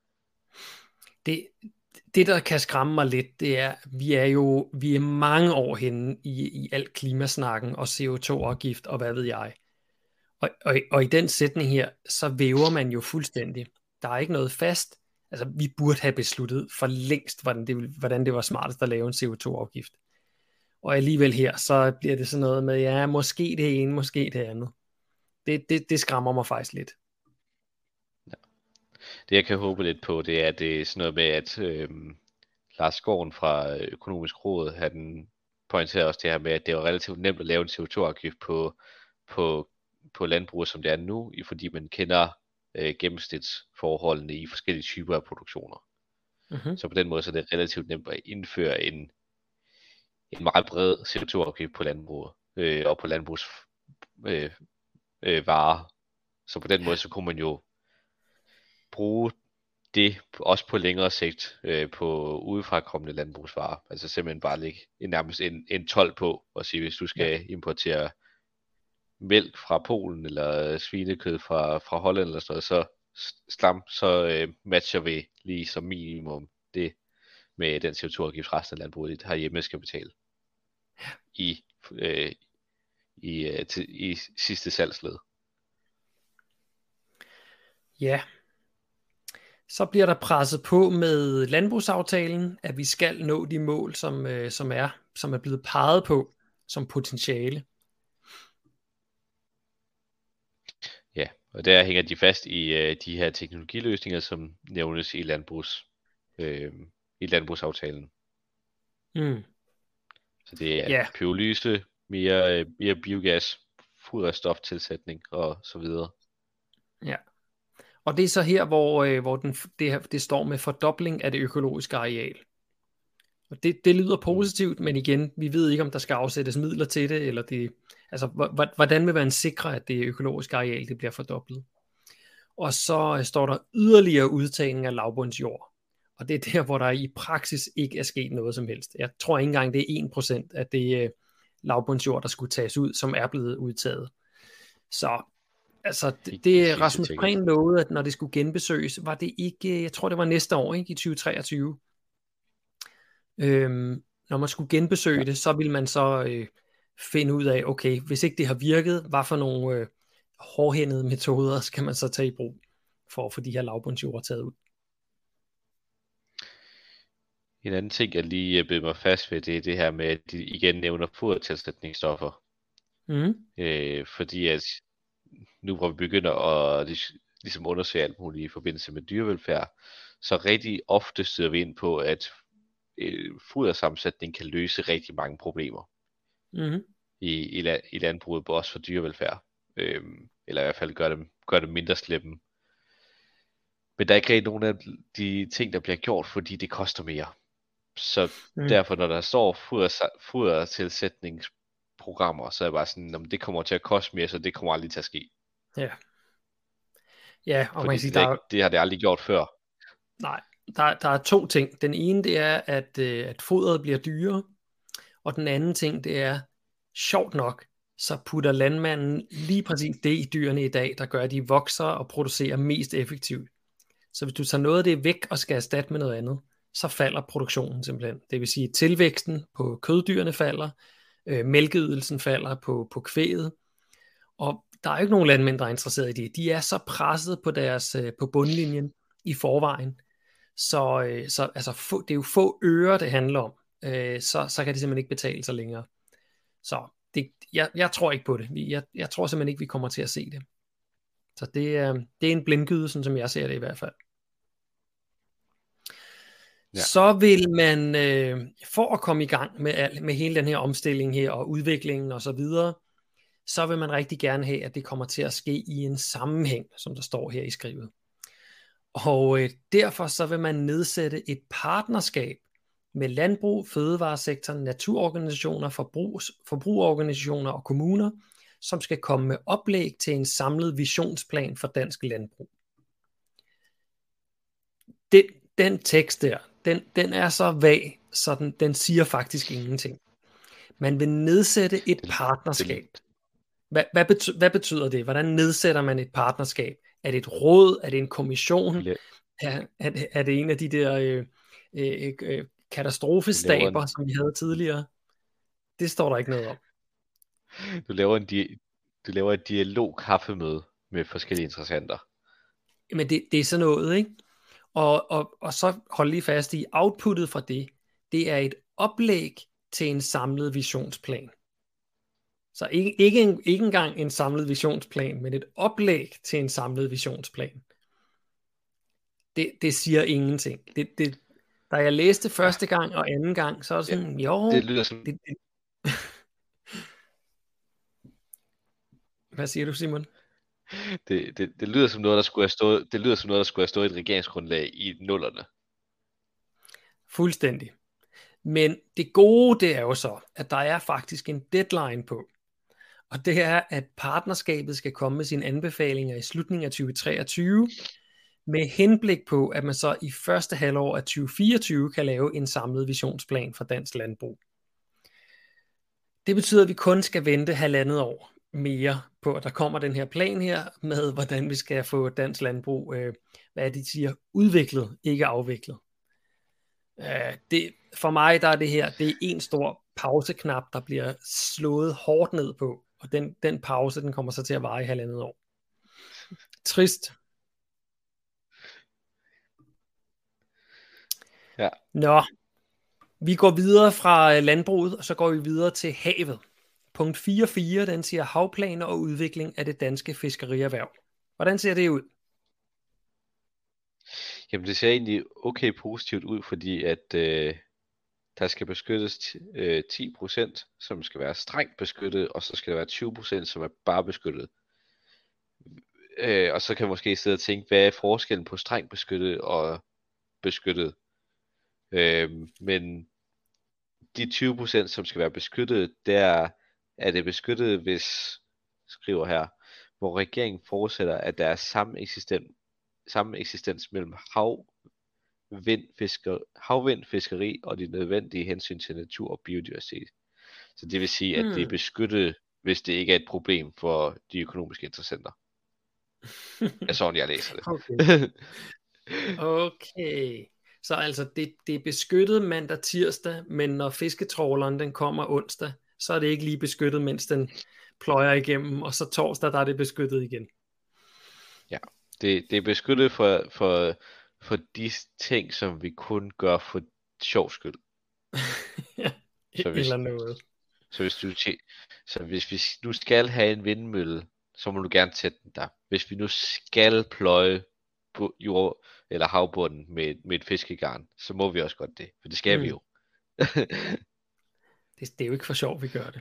A: Det der kan skræmme mig lidt, det er, vi er mange år henne i alt klimasnakken og CO2-afgift og hvad ved jeg. Og i den sætning her, så væver man jo fuldstændig. Der er ikke noget fast. Altså, vi burde have besluttet for længst, hvordan det var smartest at lave en CO2-afgift. Og alligevel her, så bliver det sådan noget med, ja, måske det ene, måske det andet. Det skræmmer mig faktisk lidt.
B: Ja. Det jeg kan håbe lidt på, det er, at det er sådan noget med, at Lars Skåren fra Økonomisk Råd, han pointerer også det her med, at det var relativt nemt at lave en CO2-afgift på landbruget, som det er nu, fordi man kender gennemsnitsforholdene i forskellige typer af produktioner. Så på den måde så er det relativt nemt at indføre en meget bred CO2-afgift på landbruget og på landbrugs varer. Så på den måde så kunne man jo bruge det også på længere sigt på udefrakommende landbrugsvarer. Altså simpelthen bare lægge nærmest en told på og sige, hvis du skal importere mælk fra Polen eller svinekød fra Holland eller sådan noget, så matcher vi lige som minimum det med den CO2-afgift resten af landbruget herhjemme skal betale i sidste salgsled.
A: Ja. Så bliver der presset på med landbrugsaftalen, at vi skal nå de mål, som er blevet peget på som potentiale.
B: Ja, og der hænger de fast i de her teknologiløsninger, som nævnes i landbrugsaftalen. Så det er pyrolyse, mere biogas, foderstoftilsætning og så videre.
A: Ja. Og det er så her, hvor det står med fordobling af det økologiske areal. Og det lyder positivt, men igen, vi ved ikke, om der skal afsættes midler til det, eller hvordan vil man sikre, at det økologiske areal det bliver fordoblet. Og så står der yderligere udtagning af lavbundsjord. Og det er der, hvor der i praksis ikke er sket noget som helst. Jeg tror ikke engang, det er 1% af det lavbundsjord, der skulle tages ud, som er blevet udtaget. Så altså, det Rasmus Prehn lovede, at når det skulle genbesøges, var det ikke, jeg tror det var næste år, ikke, i 2023. Når man skulle genbesøge det, så ville man så finde ud af, okay, hvis ikke det har virket, hvad for nogle hårdhændede metoder skal man så tage i brug for at få de her lavbundsjorder taget ud.
B: En anden ting, jeg lige bed mig fast ved, det er det her med, at de igen nævner fodertilsætningsstoffer. Fordi at nu hvor vi begynder at ligesom undersøge alt muligt i forbindelse med dyrevelfærd, så rigtig ofte støder vi ind på, at fodersammensætning kan løse rigtig mange problemer i landbruget, også for dyrevelfærd. Eller i hvert fald gør dem mindre slemme. Men der er ikke rigtig nogen af de ting, der bliver gjort, fordi det koster mere. Så derfor, når der står fodertilsætningsprogrammer, så er det bare sådan, at det kommer til at koste mere, så det kommer aldrig til at ske.
A: Ja, og man kan sige,
B: det har det aldrig gjort før.
A: Nej, der er to ting. Den ene, det er, at foderet bliver dyrere, og den anden ting, det er, sjovt nok, så putter landmanden lige præcis det i dyrene i dag, der gør, at de vokser og producerer mest effektivt. Så hvis du tager noget af det væk og skal erstatte med noget andet, så falder produktionen simpelthen. Det vil sige, at tilvæksten på køddyrene falder, mælkeydelsen falder på kvæget, og der er jo ikke nogen landmænd, der er interesseret i det. De er så presset på bundlinjen i forvejen, så altså, det er jo få øre, det handler om, så kan det simpelthen ikke betale sig længere. Så jeg tror ikke på det. Jeg tror simpelthen ikke, vi kommer til at se det. Så det er en blindgyde, sådan som jeg ser det i hvert fald. Ja. Så vil man, for at komme i gang med hele den her omstilling her, og udviklingen og så videre, så vil man rigtig gerne have, at det kommer til at ske i en sammenhæng, som der står her i skrivet. Og derfor så vil man nedsætte et partnerskab med landbrug, fødevaresektoren, naturorganisationer, forbrugerorganisationer og kommuner, som skal komme med oplæg til en samlet visionsplan for dansk landbrug. Den tekst der, den er så vag, så den siger faktisk ingenting. Man vil nedsætte et partnerskab. Hvad betyder det? Hvordan nedsætter man et partnerskab? Er det et råd? Er det en kommission? Er det en af de der katastrofestaber, som vi havde tidligere? Det står der ikke noget om.
B: Du laver et dialog-kaffemøde med forskellige interessenter.
A: Men det er sådan noget, ikke? Og så hold lige fast i, outputtet fra det er et oplæg til en samlet visionsplan. Så ikke engang en samlet visionsplan, men et oplæg til en samlet visionsplan. Det siger ingenting. Da jeg læste første gang og anden gang, så er det sådan,
B: det lyder som...
A: Hvad siger du, Simon?
B: Det lyder som noget, der skulle have stået. Det lyder som noget, der skulle have stået i et regeringsgrundlag i 00'erne.
A: Fuldstændig. Men det gode, det er jo så, at der er faktisk en deadline på. Og det er, at partnerskabet skal komme med sine anbefalinger i slutningen af 2023, med henblik på, at man så i første halvår af 2024 kan lave en samlet visionsplan for dansk landbrug. Det betyder, at vi kun skal vente 1,5 år mere på, at der kommer den her plan her, med hvordan vi skal få dansk landbrug, hvad de siger, udviklet, ikke afviklet. For mig der er det her, det er en stor pauseknap, der bliver slået hårdt ned på, og den pause, den kommer så til at vare i 1,5 år. Trist.
B: Ja.
A: Nå, vi går videre fra landbruget, og så går vi videre til havet. Punkt 4.4, den siger havplaner og udvikling af det danske fiskerierhverv. Hvordan ser det ud?
B: Jamen det ser egentlig okay positivt ud, fordi at der skal beskyttes 10%, som skal være strengt beskyttet, og så skal der være 20%, som er bare beskyttet. Og så kan man måske sidde og tænke, hvad er forskellen på strengt beskyttet og beskyttet? Men de 20%, som skal være beskyttet, der er det beskyttet, hvis, skriver her, hvor regeringen forudsætter, at der er samme eksistens mellem havvind, fiskeri og de nødvendige hensyn til natur og biodiversitet. Så det vil sige, at det er beskyttet, hvis det ikke er et problem for de økonomiske interessenter. Er sådan, jeg læser det.
A: Okay. Så altså, det er beskyttet mandag, tirsdag, men når fisketråleren den kommer onsdag, så er det ikke lige beskyttet, mens den pløjer igennem, og så torsdag, der er det beskyttet igen.
B: Ja, det er beskyttet for de ting, som vi kun gør for sjov skyld.
A: Ja, eller noget.
B: Så hvis vi nu skal have en vindmølle, så må du gerne sætte den der. Hvis vi nu skal pløje på jord eller havbunden med et fiskegarn, så må vi også godt det, for det skal vi jo.
A: Det er jo ikke for sjov, vi gør det.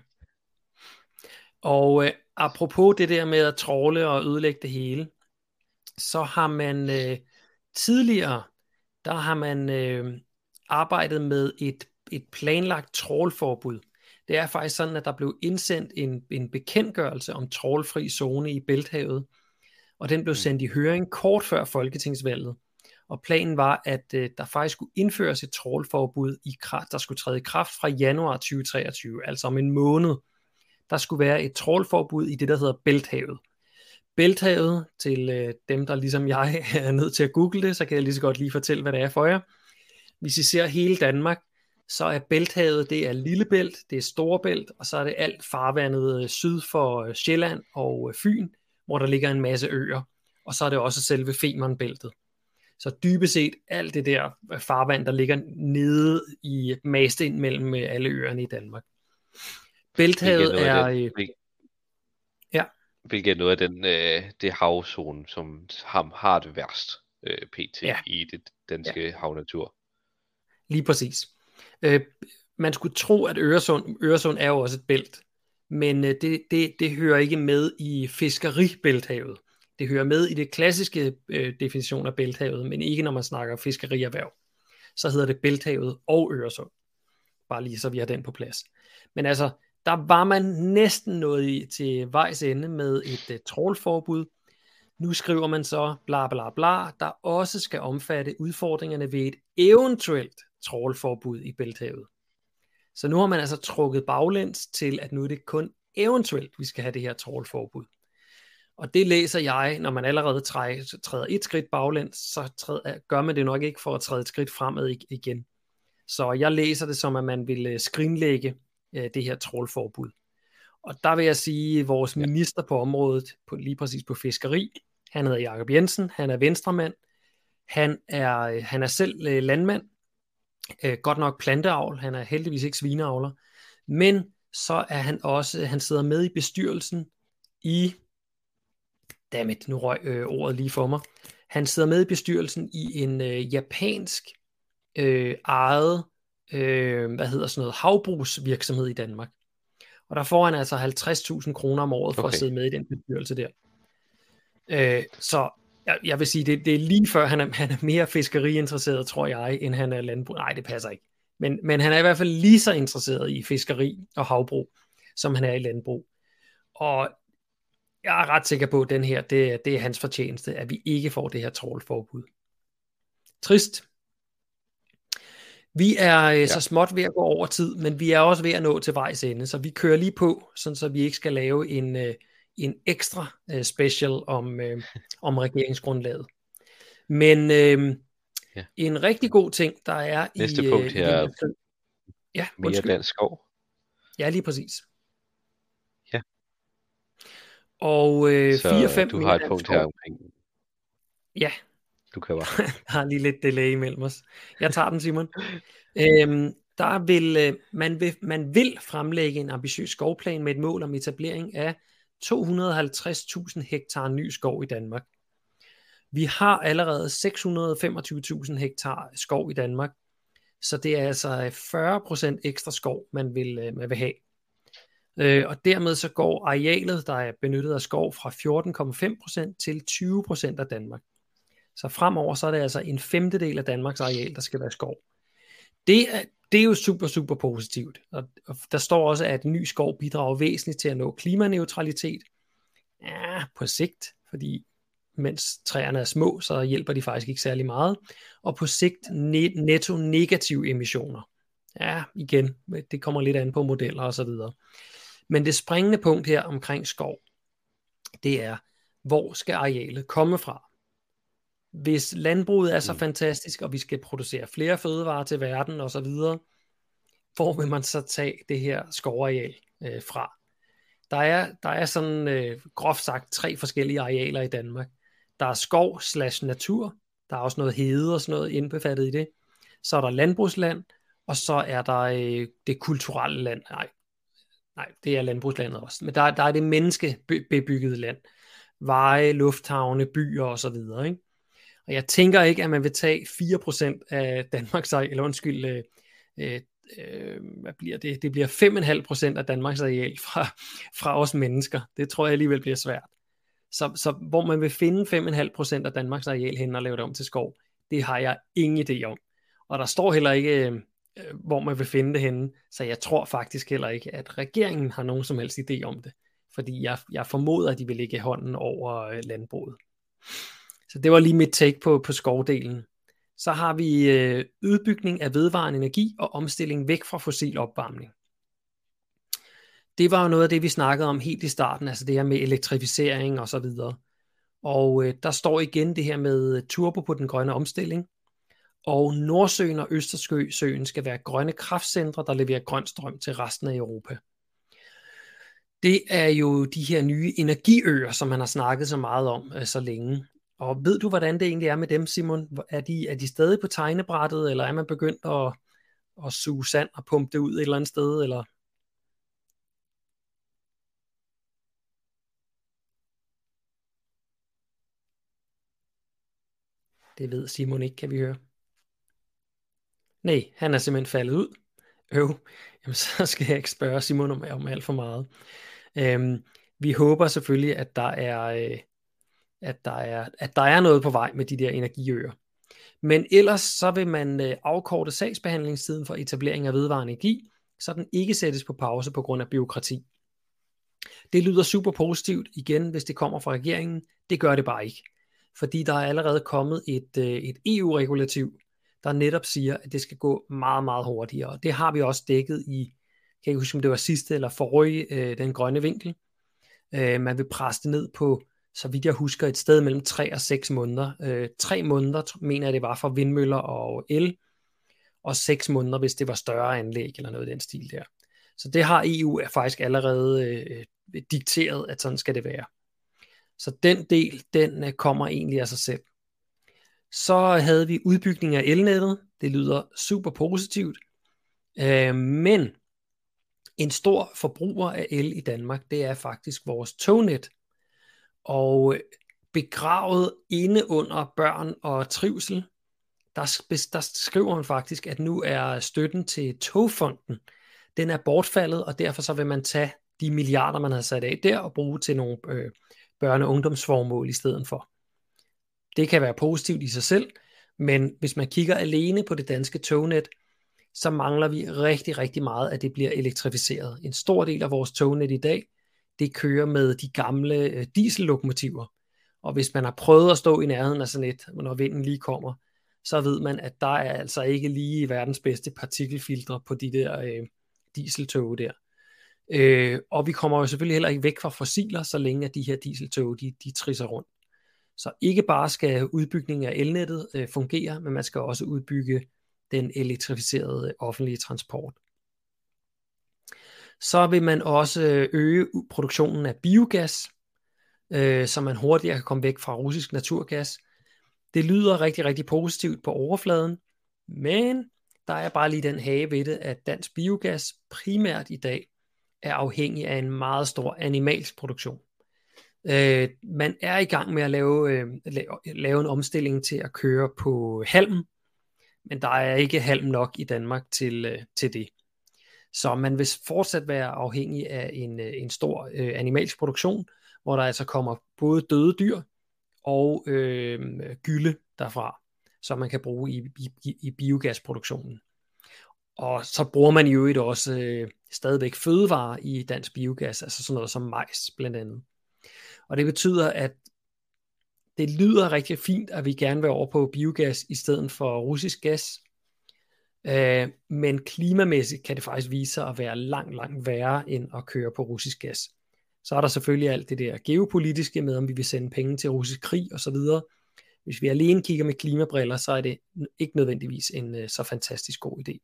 A: Og apropos det der med at trawle og ødelægge det hele, så har man tidligere, der har man arbejdet med et planlagt trawlforbud. Det er faktisk sådan, at der blev indsendt en bekendtgørelse om trawlfri zone i Bælthavet, og den blev sendt i høring kort før folketingsvalget. Og planen var, at der faktisk skulle indføres et trawlforbud, der skulle træde i kraft fra januar 2023, altså om en måned. Der skulle være et trawlforbud i det, der hedder Bælthavet. Bælthavet, til dem, der ligesom jeg er nødt til at google det, så kan jeg lige så godt lige fortælle, hvad det er for jer. Hvis I ser hele Danmark, så er Bælthavet, det er Lillebælt, det er Storebælt, og så er det alt farvandet syd for Sjælland og Fyn, hvor der ligger en masse øer, og så er det også selve Femernbæltet. Så dybest set alt det der farvand, der ligger nede i mast ind mellem alle øerne i Danmark. Bælthavet er...
B: Hvilket er noget af den, det havzone, som har det værst pt. I det danske havnatur.
A: Lige præcis. Man skulle tro, at Øresund er jo også et bælt, men det hører ikke med i fiskeribælthavet. Det hører med i det klassiske definition af bælthavet, men ikke når man snakker fiskerierhverv. Så hedder det Bælthavet og Øresund. Bare lige så vi har den på plads. Men altså, der var man næsten nået til vejs ende med et trawlforbud. Nu skriver man så bla bla bla, der også skal omfatte udfordringerne ved et eventuelt trawlforbud i Bælthavet. Så nu har man altså trukket baglæns til, at nu er det kun eventuelt, vi skal have det her trawlforbud. Og det læser jeg, når man allerede træder et skridt baglæns, så gør man det nok ikke for at træde et skridt fremad igen. Så jeg læser det som, at man vil skrinlægge det her trawlforbud. Og der vil jeg sige, at vores minister på området, lige præcis på fiskeri, han hedder Jakob Jensen, han er venstremand, han er selv landmand, godt nok planteavl, han er heldigvis ikke svineavler, men så er han også, han sidder med i bestyrelsen i, dammit, nu røg ordet lige for mig, han sidder med i bestyrelsen i en japansk ejet, havbrugsvirksomhed i Danmark. Og der får han altså 50.000 kroner om året for at sidde med i den bestyrelse der. Så jeg vil sige, det er lige før, han er mere fiskeriinteresseret, tror jeg, end han er landbrug. Nej, det passer ikke. Men han er i hvert fald lige så interesseret i fiskeri og havbrug, som han er i landbrug. Og jeg er ret sikker på, at den her, det er hans fortjeneste, at vi ikke får det her trawlforbud. Trist. Vi er så småt ved at gå over tid, men vi er også ved at nå til vejs ende, så vi kører lige på, sådan så vi ikke skal lave en ekstra special om regeringsgrundlaget. Men en rigtig god ting, der er
B: næste punkt her, mere dansk skov.
A: Ja, lige præcis.
B: Ja.
A: Og 4-5
B: du har et punkt her omkring.
A: Ja.
B: Du kan bare.
A: Der er lige lidt delay imellem os. Jeg tager den, Simon. Man vil fremlægge en ambitiøs skovplan med et mål om etablering af 250.000 hektar ny skov i Danmark. Vi har allerede 625.000 hektar skov i Danmark, så det er altså 40% ekstra skov, man vil have. Og dermed så går arealet, der er benyttet af skov, fra 14,5% til 20% af Danmark. Så fremover så er det altså en femtedel af Danmarks areal, der skal være skov. Det er jo super, super positivt. Og der står også, at ny skov bidrager væsentligt til at nå klimaneutralitet. Ja, på sigt, fordi mens træerne er små, så hjælper de faktisk ikke særlig meget. Og på sigt netto negative emissioner. Ja, igen, det kommer lidt an på modeller og så videre. Men det springende punkt her omkring skov, det er, hvor skal arealet komme fra? Hvis landbruget er så fantastisk, og vi skal producere flere fødevarer til verden og så videre, hvor vil man så tage det her skovareal fra? Der er sådan groft sagt 3 forskellige arealer i Danmark. Der er skov/natur, der er også noget hede og sådan noget indbefattet i det. Så er der landbrugsland, og så er der det kulturelle land. Nej, det er landbrugslandet også. Men der er det menneskebebyggede land. Veje, lufthavne, byer og så videre, ikke? Og jeg tænker ikke, at man vil tage 4% af Danmarks areal, eller undskyld, hvad bliver det? Det bliver 5,5% af Danmarks areal fra os mennesker. Det tror jeg alligevel bliver svært. Så hvor man vil finde 5,5% af Danmarks areal hen og lave det om til skov, det har jeg ingen idé om. Og der står heller ikke, hvor man vil finde det henne, så jeg tror faktisk heller ikke, at regeringen har nogen som helst idé om det. Fordi jeg formoder, at de vil lægge hånden over landbruget. Så det var lige mit take på skovdelen. Så har vi udbygning af vedvarende energi og omstilling væk fra fossil opvarmning. Det var jo noget af det, vi snakkede om helt i starten, altså det her med elektrificering og så videre. Og der står igen det her med turbo på den grønne omstilling. Og Nordsøen og Østersøen skal være grønne kraftcentre, der leverer grøn strøm til resten af Europa. Det er jo de her nye energiøer, som man har snakket så meget om så længe. Og ved du, hvordan det egentlig er med dem, Simon? Er de stadig på tegnebrættet, eller er man begyndt at suge sand og pumpe det ud et eller andet sted? Eller? Det ved Simon ikke, kan vi høre. Nej, han er simpelthen faldet ud. Jamen så skal jeg ikke spørge Simon om alt for meget. Vi håber selvfølgelig, at der er noget på vej med de der energiøer. Men ellers så vil man afkorte sagsbehandlingstiden for etablering af vedvarende energi, så den ikke sættes på pause på grund af bureaukrati. Det lyder super positivt igen, hvis det kommer fra regeringen. Det gør det bare ikke. Fordi der er allerede kommet et EU-regulativ, der netop siger, at det skal gå meget, meget hurtigere. Og det har vi også dækket i, kan jeg huske, om det var sidste eller forrige, den grønne vinkel. Man vil presse det ned på, så vidt jeg husker, et sted mellem 3 og 6 måneder. 3 måneder, mener jeg, det var for vindmøller og el, og 6 måneder, hvis det var større anlæg eller noget i den stil der. Så det har EU faktisk allerede dikteret, at sådan skal det være. Så den del, den kommer egentlig af sig selv. Så havde vi udbygning af elnettet. Det lyder super positivt. Men en stor forbruger af el i Danmark, det er faktisk vores tognet. Og begravet inde under børn og trivsel, der skriver man faktisk, at nu er støtten til Togfonden, den er bortfaldet, og derfor så vil man tage de milliarder, man har sat af der, og bruge til nogle børne- og ungdomsformål i stedet for. Det kan være positivt i sig selv, men hvis man kigger alene på det danske tognet, så mangler vi rigtig, rigtig meget, at det bliver elektrificeret. En stor del af vores tognet i dag, det kører med de gamle diesellokomotiver. Og hvis man har prøvet at stå i nærheden af sådan et, når vinden lige kommer, så ved man, at der er altså ikke lige verdens bedste partikelfiltre på de der dieseltog der. Og vi kommer jo selvfølgelig heller ikke væk fra fossiler, så længe at de her dieseltog, de trisser rundt. Så ikke bare skal udbygningen af elnettet fungere, men man skal også udbygge den elektrificerede offentlige transport. Så vil man også øge produktionen af biogas, så man hurtigere kan komme væk fra russisk naturgas. Det lyder rigtig, rigtig positivt på overfladen, men der er bare lige den hage ved det, at dansk biogas primært i dag er afhængig af en meget stor animalsk produktion. Man er i gang med at lave en omstilling til at køre på halm, men der er ikke halm nok i Danmark til det. Så man vil fortsat være afhængig af en stor animalsk produktion, hvor der altså kommer både døde dyr og gylde derfra, som man kan bruge i biogasproduktionen. Og så bruger man i øvrigt også stadigvæk fødevarer i dansk biogas, altså sådan noget som majs blandt andet. Og det betyder, at det lyder rigtig fint, at vi gerne vil over på biogas i stedet for russisk gas. Men klimamæssigt kan det faktisk vise sig at være langt, langt værre end at køre på russisk gas. Så er der selvfølgelig alt det der geopolitiske med, om vi vil sende penge til russisk krig osv. Hvis vi alene kigger med klimabriller, så er det ikke nødvendigvis en så fantastisk god idé.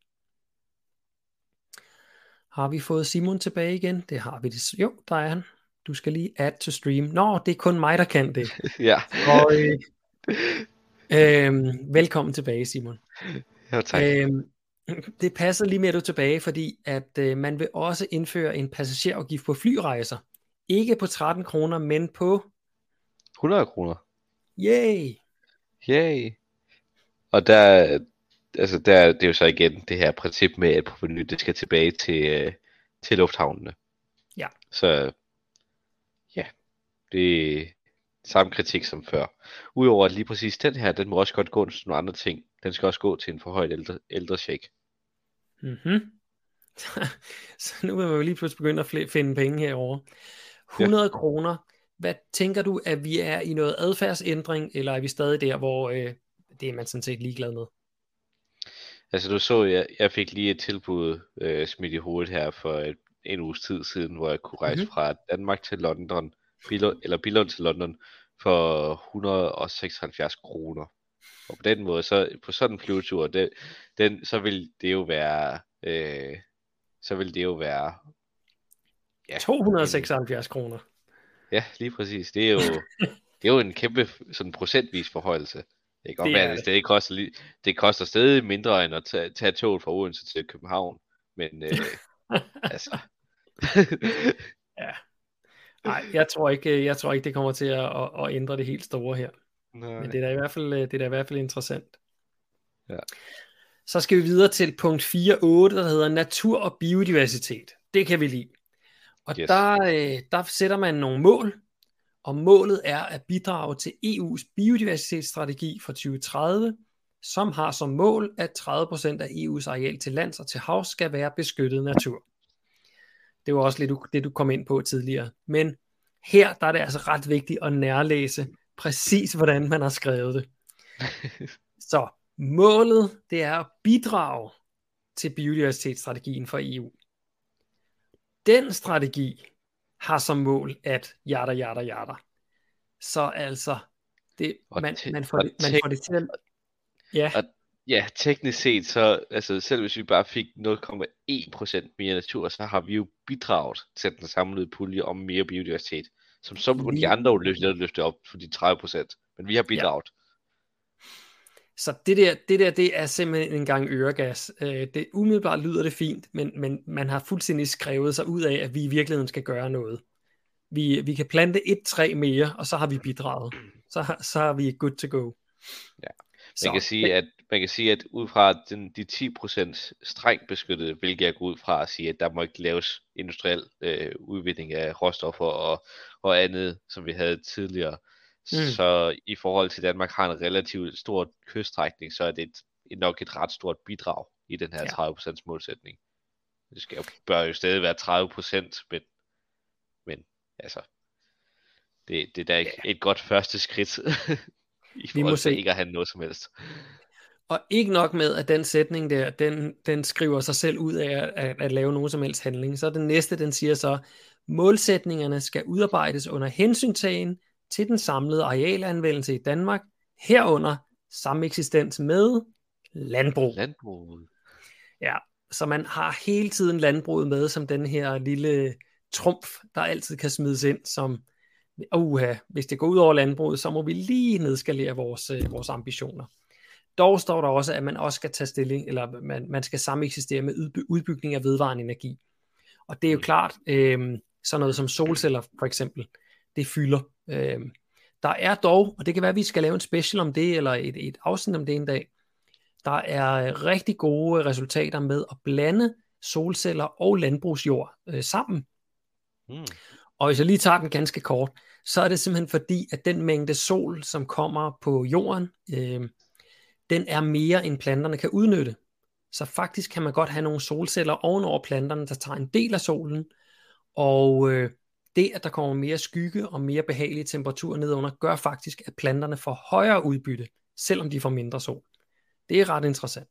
A: Har vi fået Simon tilbage igen? Det har vi. Jo, der er han. Du skal lige add to stream. Nå, det er kun mig, der kan det.
B: Ja.
A: Og, velkommen tilbage, Simon.
B: Jo, tak.
A: Det passer lige med, at du er tilbage, fordi at man vil også indføre en passagerafgift på flyrejser. Ikke på 13 kroner, men på
B: 100 kroner.
A: Yay!
B: Yay! Og der, det er jo så igen det her princip med, at provenuet det skal tilbage til lufthavnene.
A: Ja.
B: Så ja, det er samme kritik som før. Udover at lige præcis den her, den må også godt gå til nogle andre ting. Den skal også gå til en forhøjet ældrecheck.
A: Mm-hmm. Så nu vil man jo lige pludselig begynde at finde penge herovre. 100 kroner. Hvad tænker du, at vi er i noget adfærdsændring, eller er vi stadig der, hvor det er man sådan set ligeglad med?
B: Altså du så, jeg fik lige et tilbud smidt i hovedet her for en uges tid siden, hvor jeg kunne rejse fra Danmark til London, Billund til London, for 176 kroner. Og på den måde, så på sådan en flyvetur, så vil det jo være, ja,
A: 276 kroner.
B: ja, lige præcis. Det er jo en kæmpe sådan procentvis forhøjelse. Det kan godt
A: Det
B: være,
A: er
B: at det
A: det.
B: stadig koster, det koster stadig mindre end at tage toget fra Odense til København. Men altså,
A: Ja. Nej, jeg tror ikke, det kommer til at ændre det helt store her. Men det
B: nej.
A: er da i hvert fald interessant.
B: Ja.
A: Så skal vi videre til punkt 4.8, der hedder natur og biodiversitet. Det kan vi lide. Og
B: Yes.
A: der sætter man nogle mål, og målet er at bidrage til EU's biodiversitetsstrategi for 2030, som har som mål, at 30% af EU's areal til lands og til havs skal være beskyttet natur. Det var også lidt det, du kom ind på tidligere. Men her der er det altså ret vigtigt at nærlæse præcis, hvordan man har skrevet det. Så målet, det er at bidrage til biodiversitetsstrategien for EU. Den strategi har som mål at yada. Så altså, man får det til at... Ja.
B: Og ja, teknisk set, så altså, selv hvis vi bare fik 0,1% mere natur, så har vi jo bidraget til den samlede pulje om mere biodiversitet, som så kunne de andre jo løfte op for de 30%, men vi har bidraget.
A: Ja. Så det er simpelthen en gang øregas. Det umiddelbart lyder det fint, men man har fuldstændig skrevet sig ud af, at vi i virkeligheden skal gøre noget. Vi kan plante et træ mere, og så har vi bidraget. Så er vi good to go.
B: Ja. Man kan sige, at ud fra de 10% strengt beskyttede, hvilket jeg går ud fra at sige, at der må ikke laves industriel udvinding af råstoffer og andet, som vi havde tidligere. Så i forhold til Danmark har en relativt stor kyststrækning, så er det nok et ret stort bidrag i den her 30% målsætning. Det bør jo stadig være 30%, men altså, det er da et godt første skridt i forhold til ikke at have noget som helst.
A: Og ikke nok med, at den sætning der, den skriver sig selv ud af at lave nogen som helst handling. Så den næste, den siger så, målsætningerne skal udarbejdes under hensyntagen til den samlede arealanvendelse i Danmark, herunder sameksistens med landbrug. Ja, så man har hele tiden landbruget med som den her lille trumf, der altid kan smides ind som, hvis det går ud over landbruget, så må vi lige nedskalere vores ambitioner. Dog står der også, at man også skal tage stilling, eller man skal sameksistere med udbygning af vedvarende energi. Og det er jo klart, sådan noget som solceller for eksempel, det fylder. Der er dog, og det kan være, at vi skal lave en special om det, eller et afsnit om det en dag, der er rigtig gode resultater med at blande solceller og landbrugsjord sammen. Og hvis jeg lige tager den ganske kort, så er det simpelthen fordi, at den mængde sol, som kommer på jorden, den er mere, end planterne kan udnytte. Så faktisk kan man godt have nogle solceller ovenover planterne, der tager en del af solen, og det, at der kommer mere skygge og mere behagelig temperatur nedunder, gør faktisk, at planterne får højere udbytte, selvom de får mindre sol. Det er ret interessant.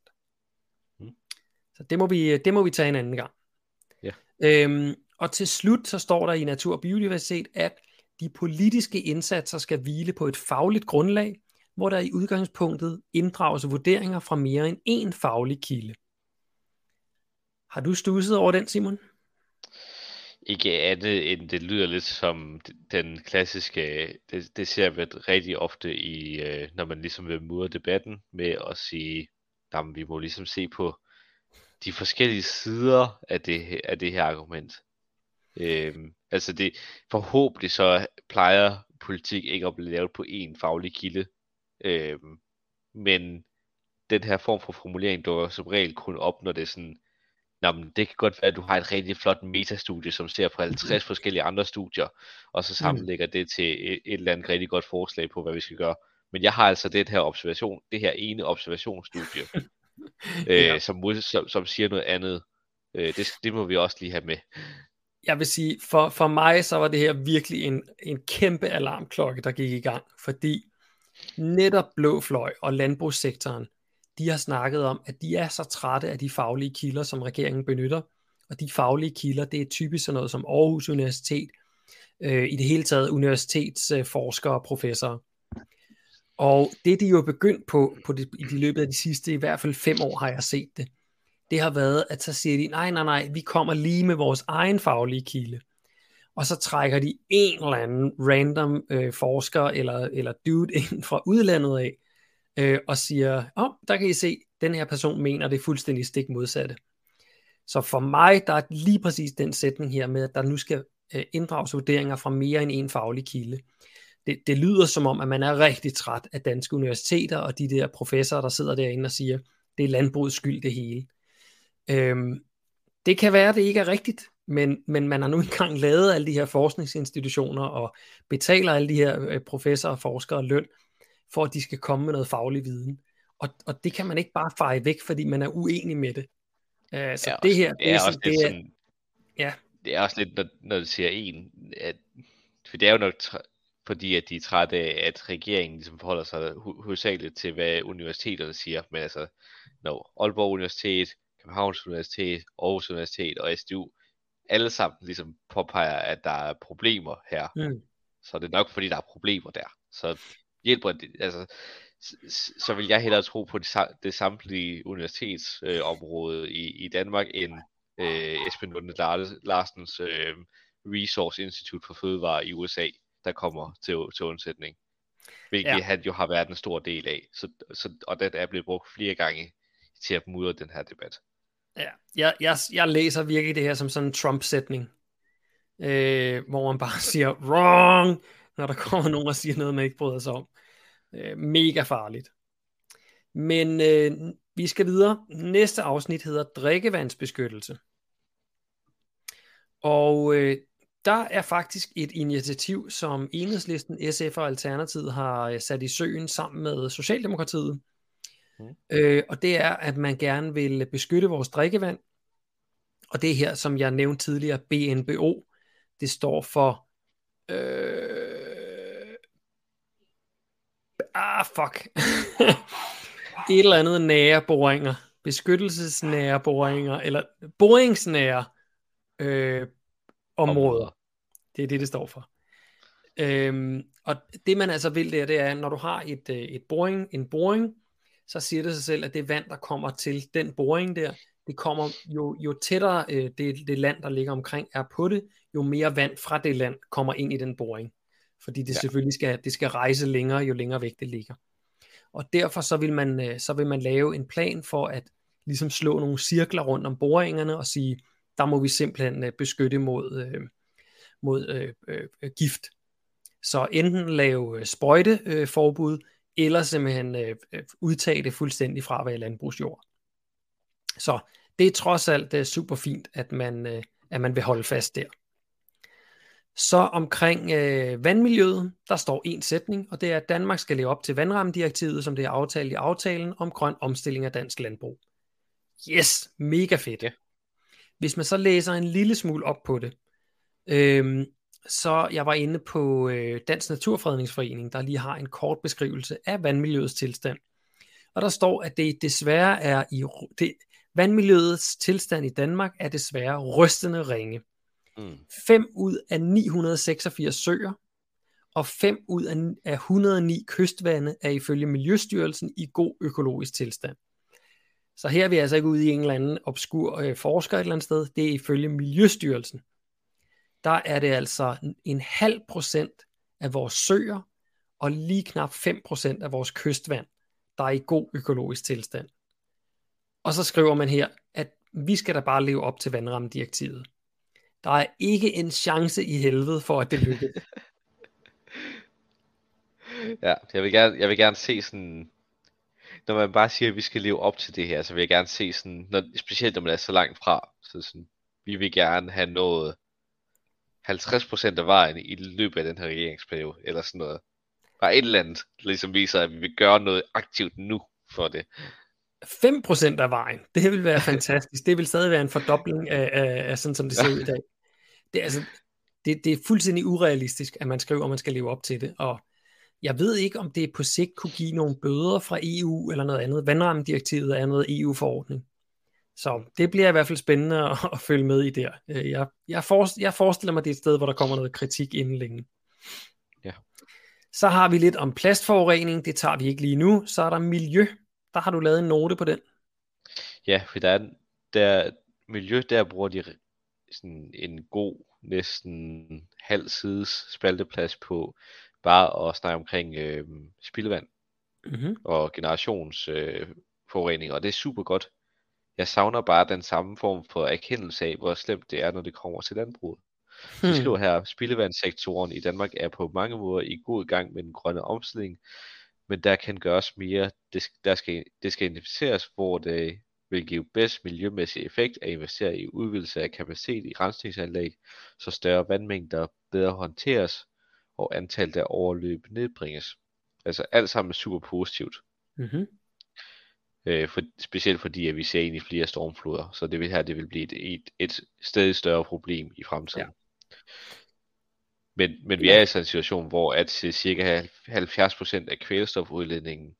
A: Så det må vi tage en anden gang.
B: Ja.
A: Og til slut, så står der i Natur og Biodiversitet, at de politiske indsatser skal hvile på et fagligt grundlag, hvor der i udgangspunktet inddrages vurderinger fra mere end én faglig kilde. Har du studset over den, Simon?
B: Ikke andet end det lyder lidt som den klassiske, det ser vi rigtig ofte i, når man ligesom vil mudre debatten med at sige, jamen vi må ligesom se på de forskellige sider af det her argument. Altså det forhåbentlig så plejer politik ikke at blive lavet på én faglig kilde, men den her form for formulering dukker som regel kun op, når det er sådan, jamen, det kan godt være, at du har et rigtig flot metastudie, som ser på 50 forskellige andre studier, og så sammenlægger det til et eller andet rigtig godt forslag på, hvad vi skal gøre. Men jeg har altså det her ene observationsstudie, som siger noget andet. Det må vi også lige have med.
A: Jeg vil sige, for mig så var det her virkelig en kæmpe alarmklokke, der gik i gang, fordi netop Blå Fløj og landbrugssektoren, de har snakket om, at de er så trætte af de faglige kilder, som regeringen benytter, og de faglige kilder, det er typisk sådan noget som Aarhus Universitet, i det hele taget universitetsforskere og professorer. Og det de jo er begyndt på i de løbet af de sidste, i hvert fald 5 år har jeg set det, det har været, at så siger de, nej, vi kommer lige med vores egen faglige kilde. Og så trækker de en eller anden random forsker eller dude ind fra udlandet af, og siger, der kan I se, den her person mener det fuldstændig stik modsatte. Så for mig, der er lige præcis den sætning her med, at der nu skal inddrages vurderinger fra mere end en faglig kilde. Det lyder som om, at man er rigtig træt af danske universiteter, og de der professorer, der sidder derinde og siger, det er landbrugets skyld det hele. Det kan være, at det ikke er rigtigt, men man har nu engang lavet alle de her forskningsinstitutioner, og betaler alle de her professorer og forskere løn, for at de skal komme med noget faglig viden. Og det kan man ikke bare feje væk, fordi man er uenig med det. Så det her,
B: det er også lidt sådan,
A: ja.
B: Det er også lidt, når du siger en, for det er jo nok fordi, at de er trætte af, at regeringen ligesom forholder sig hovedsageligt til, hvad universiteterne siger, men altså, når Aalborg Universitet, Københavns Universitet, Aarhus Universitet og SDU, alle sammen ligesom påpeger, at der er problemer her, så er det nok fordi, der er problemer der. Så hjælper det, altså, så vil jeg hellere tro på det samtlige universitetsområde i Danmark, end Esben Lunde Larsens Resource Institute for Fødevare i USA, der kommer til undsætning. Hvilket han jo har været en stor del af. Og det er blevet brugt flere gange til at mudre den her debat.
A: Ja, jeg læser virkelig det her som sådan en Trump-sætning, hvor man bare siger wrong, når der kommer nogen og siger noget, man ikke bryder sig om. Mega farligt. Men vi skal videre. Næste afsnit hedder drikkevandsbeskyttelse. Og der er faktisk et initiativ, som Enhedslisten, SF og Alternativet har sat i søen sammen med Socialdemokratiet. Og det er, at man gerne vil beskytte vores drikkevand. Og det her, som jeg nævnte tidligere, BNBO, det står for et eller andet nære boringer, beskyttelsesnære boringer, eller boringsnære områder. Det er det står for. Og det man altså vil det er, når du har en boring, så siger det sig selv, at det vand, der kommer til den boring der, det kommer jo tættere det land, der ligger omkring er på det, jo mere vand fra det land kommer ind i den boring. Fordi det selvfølgelig skal rejse længere, jo længere væk det ligger. Og derfor så vil man lave en plan for at ligesom slå nogle cirkler rundt om boringerne og sige, der må vi simpelthen beskytte mod gift. Så enten lave sprøjteforbud, eller simpelthen udtage det fuldstændig fra at være landbrugsjord. Så det er trods alt super fint, at man vil holde fast der. Så omkring vandmiljøet, der står en sætning, og det er, at Danmark skal leve op til vandrammedirektivet, som det er aftalt i aftalen om grøn omstilling af dansk landbrug. Yes, mega fedt. Yeah. Hvis man så læser en lille smule op på det, så jeg var inde på Dansk Naturfredningsforening, der lige har en kort beskrivelse af vandmiljøets tilstand. Og der står, at det desværre er vandmiljøets tilstand i Danmark er desværre rystende ringe. 5 ud af 986 søer og 5 ud af 109 kystvande er ifølge Miljøstyrelsen i god økologisk tilstand. Så her er vi altså ikke ude i en eller anden obskur forsker et eller andet sted. Det er ifølge Miljøstyrelsen. Der er det altså 0,5% af vores søer og lige knap 5% af vores kystvand, der er i god økologisk tilstand. Og så skriver man her, at vi skal da bare leve op til vandrammedirektivet. Der er ikke en chance i helvede for, at det lykkes.
B: Ja, jeg vil gerne se sådan, når man bare siger, at vi skal leve op til det her, så vil jeg gerne se sådan, specielt når man er så langt fra, så sådan, vi vil gerne have nået 50% af vejen i løbet af den her regeringsperiode, eller sådan noget. Bare et eller andet, ligesom viser, at vi vil gøre noget aktivt nu for det.
A: 5% af vejen, det vil være fantastisk. Det vil stadig være en fordobling af sådan, som det ser ud i dag. Det er fuldstændig urealistisk, at man skriver, at man skal leve op til det. Og jeg ved ikke, om det på sigt kunne give nogle bøder fra EU eller noget andet. Vandrammedirektivet er noget EU-forordning. Så det bliver i hvert fald spændende at følge med i der. Jeg forestiller mig, det er et sted, hvor der kommer noget kritik inden længe.
B: Ja.
A: Så har vi lidt om plastforurening, det tager vi ikke lige nu. Så er der miljø, der har du lavet en note på den.
B: Ja, for der miljø, der bruger de sådan en god, næsten halv sides spalteplads på bare at snakke omkring spildevand
A: Mm-hmm.
B: og generationsforurening, og det er super godt. Jeg savner bare den samme form for erkendelse af, hvor slemt det er, når det kommer til landbruget. De skriver her, spildevandssektoren i Danmark er på mange måder i god gang med den grønne omstilling, men der kan gøres mere. Det skal identificeres, hvor det vil give bedst miljømæssig effekt at investere i udvidelse af kapacitet i rensningsanlæg, så større vandmængder bedre håndteres og antallet af overløb nedbringes. Altså alt sammen er super positivt.
A: Mm-hmm.
B: Specielt fordi at vi ser ind i flere stormfloder, så det vil blive et stadig større problem i fremtiden. Ja. Men vi er altså i en situation, hvor at cirka 70% af kvælstofudledningen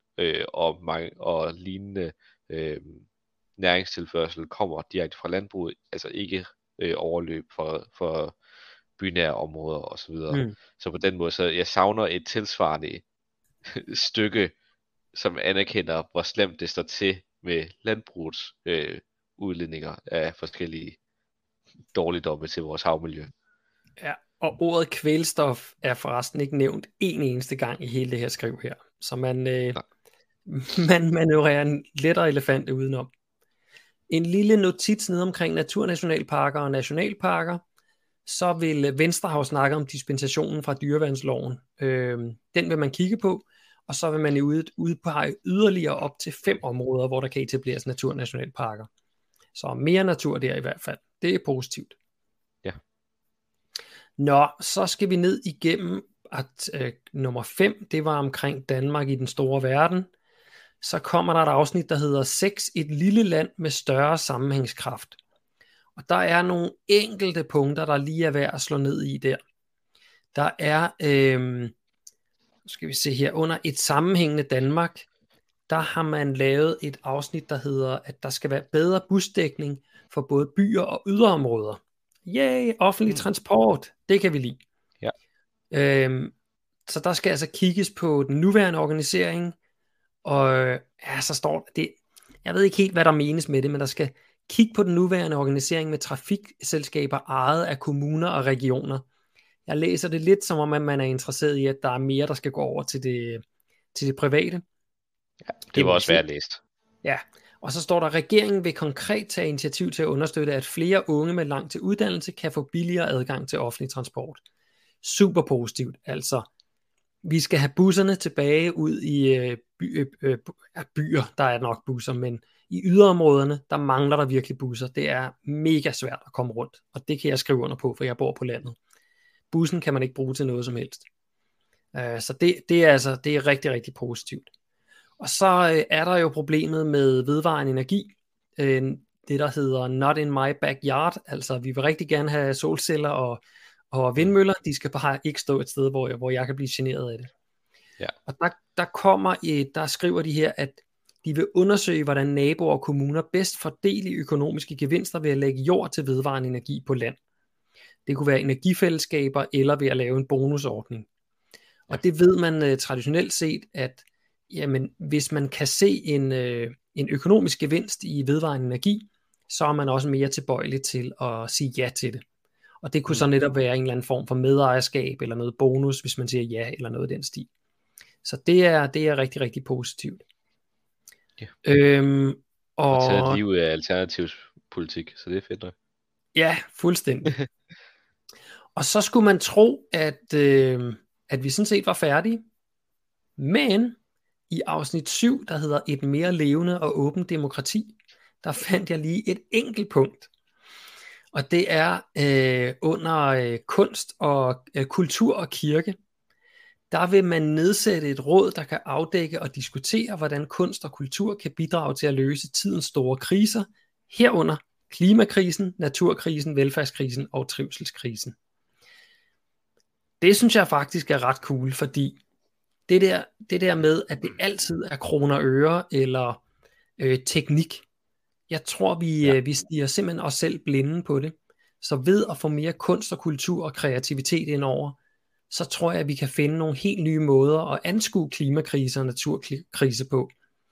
B: og lignende næringstilførsel kommer direkte fra landbruget, altså ikke overløb for bynære områder osv. Så på den måde, så jeg savner et tilsvarende stykke, som anerkender, hvor slemt det står til med landbrugets udledninger af forskellige dårligdomme til vores havmiljø.
A: Ja, og ordet kvælstof er forresten ikke nævnt en eneste gang i hele det her skriv her. Så man manøvrerer en lettere elefant udenom. En lille notits ned omkring naturnationalparker og nationalparker. Så vil Venstre have snakket om dispensationen fra dyreværnsloven. Den vil man kigge på, og så vil man udpege yderligere op til 5 områder, hvor der kan etableres naturnationalparker. Så mere natur der i hvert fald. Det er positivt.
B: Ja.
A: Nå, så skal vi ned igennem, at nummer 5, det var omkring Danmark i den store verden. Så kommer der et afsnit, der hedder 6, et lille land med større sammenhængskraft. Og der er nogle enkelte punkter, der lige er værd at slå ned i der. Der er, skal vi se her, under et sammenhængende Danmark, der har man lavet et afsnit, der hedder, at der skal være bedre busdækning for både byer og yderområder. Yay, offentlig transport, det kan vi lide.
B: Ja.
A: Så der skal altså kigges på den nuværende organisering, og ja, så står det, jeg ved ikke helt, hvad der menes med det, men der skal kigge på den nuværende organisering med trafikselskaber ejet af kommuner og regioner. Jeg læser det lidt som om, at man er interesseret i, at der er mere, der skal gå over til det private.
B: Ja, det var også værd læst.
A: Ja, og så står der, regeringen vil konkret tage initiativ til at understøtte, at flere unge med langt til uddannelse kan få billigere adgang til offentlig transport. Super positivt, altså. Vi skal have busserne tilbage ud i byer, der er nok busser, men i yderområderne, der mangler der virkelig busser. Det er mega svært at komme rundt, og det kan jeg skrive under på, for jeg bor på landet. Bussen kan man ikke bruge til noget som helst. Så det er rigtig, rigtig positivt. Og så er der jo problemet med vedvarende energi. Det der hedder not in my backyard. Altså vi vil rigtig gerne have solceller og vindmøller. De skal bare ikke stå et sted, hvor jeg kan blive generet af det.
B: Ja.
A: Og der skriver de her, at de vil undersøge, hvordan naboer og kommuner bedst fordeler økonomiske gevinster ved at lægge jord til vedvarende energi på land. Det kunne være energifællesskaber eller ved at lave en bonusordning. Og det ved man traditionelt set, at jamen, hvis man kan se en økonomisk gevinst i vedvarende energi, så er man også mere tilbøjelig til at sige ja til det. Og det kunne så netop være en eller anden form for medejerskab eller noget bonus, hvis man siger ja eller noget i den stil. Så det er rigtig, rigtig positivt.
B: Ja. Og tage et liv af alternativspolitik, så det er fedt nok.
A: Ja, fuldstændig. Og så skulle man tro, at vi sådan set var færdige. Men i afsnit 7, der hedder et mere levende og åbent demokrati, der fandt jeg lige et enkelt punkt. Og det er under kunst og kultur og kirke. Der vil man nedsætte et råd, der kan afdække og diskutere, hvordan kunst og kultur kan bidrage til at løse tidens store kriser, herunder klimakrisen, naturkrisen, velfærdskrisen og trivselskrisen. Det synes jeg faktisk er ret cool, fordi det der med, at det altid er kroner og øre eller teknik, jeg tror, vi stiger simpelthen os selv blinde på det. Så ved at få mere kunst og kultur og kreativitet indover, så tror jeg, at vi kan finde nogle helt nye måder at anskue klimakrise og naturkrise på.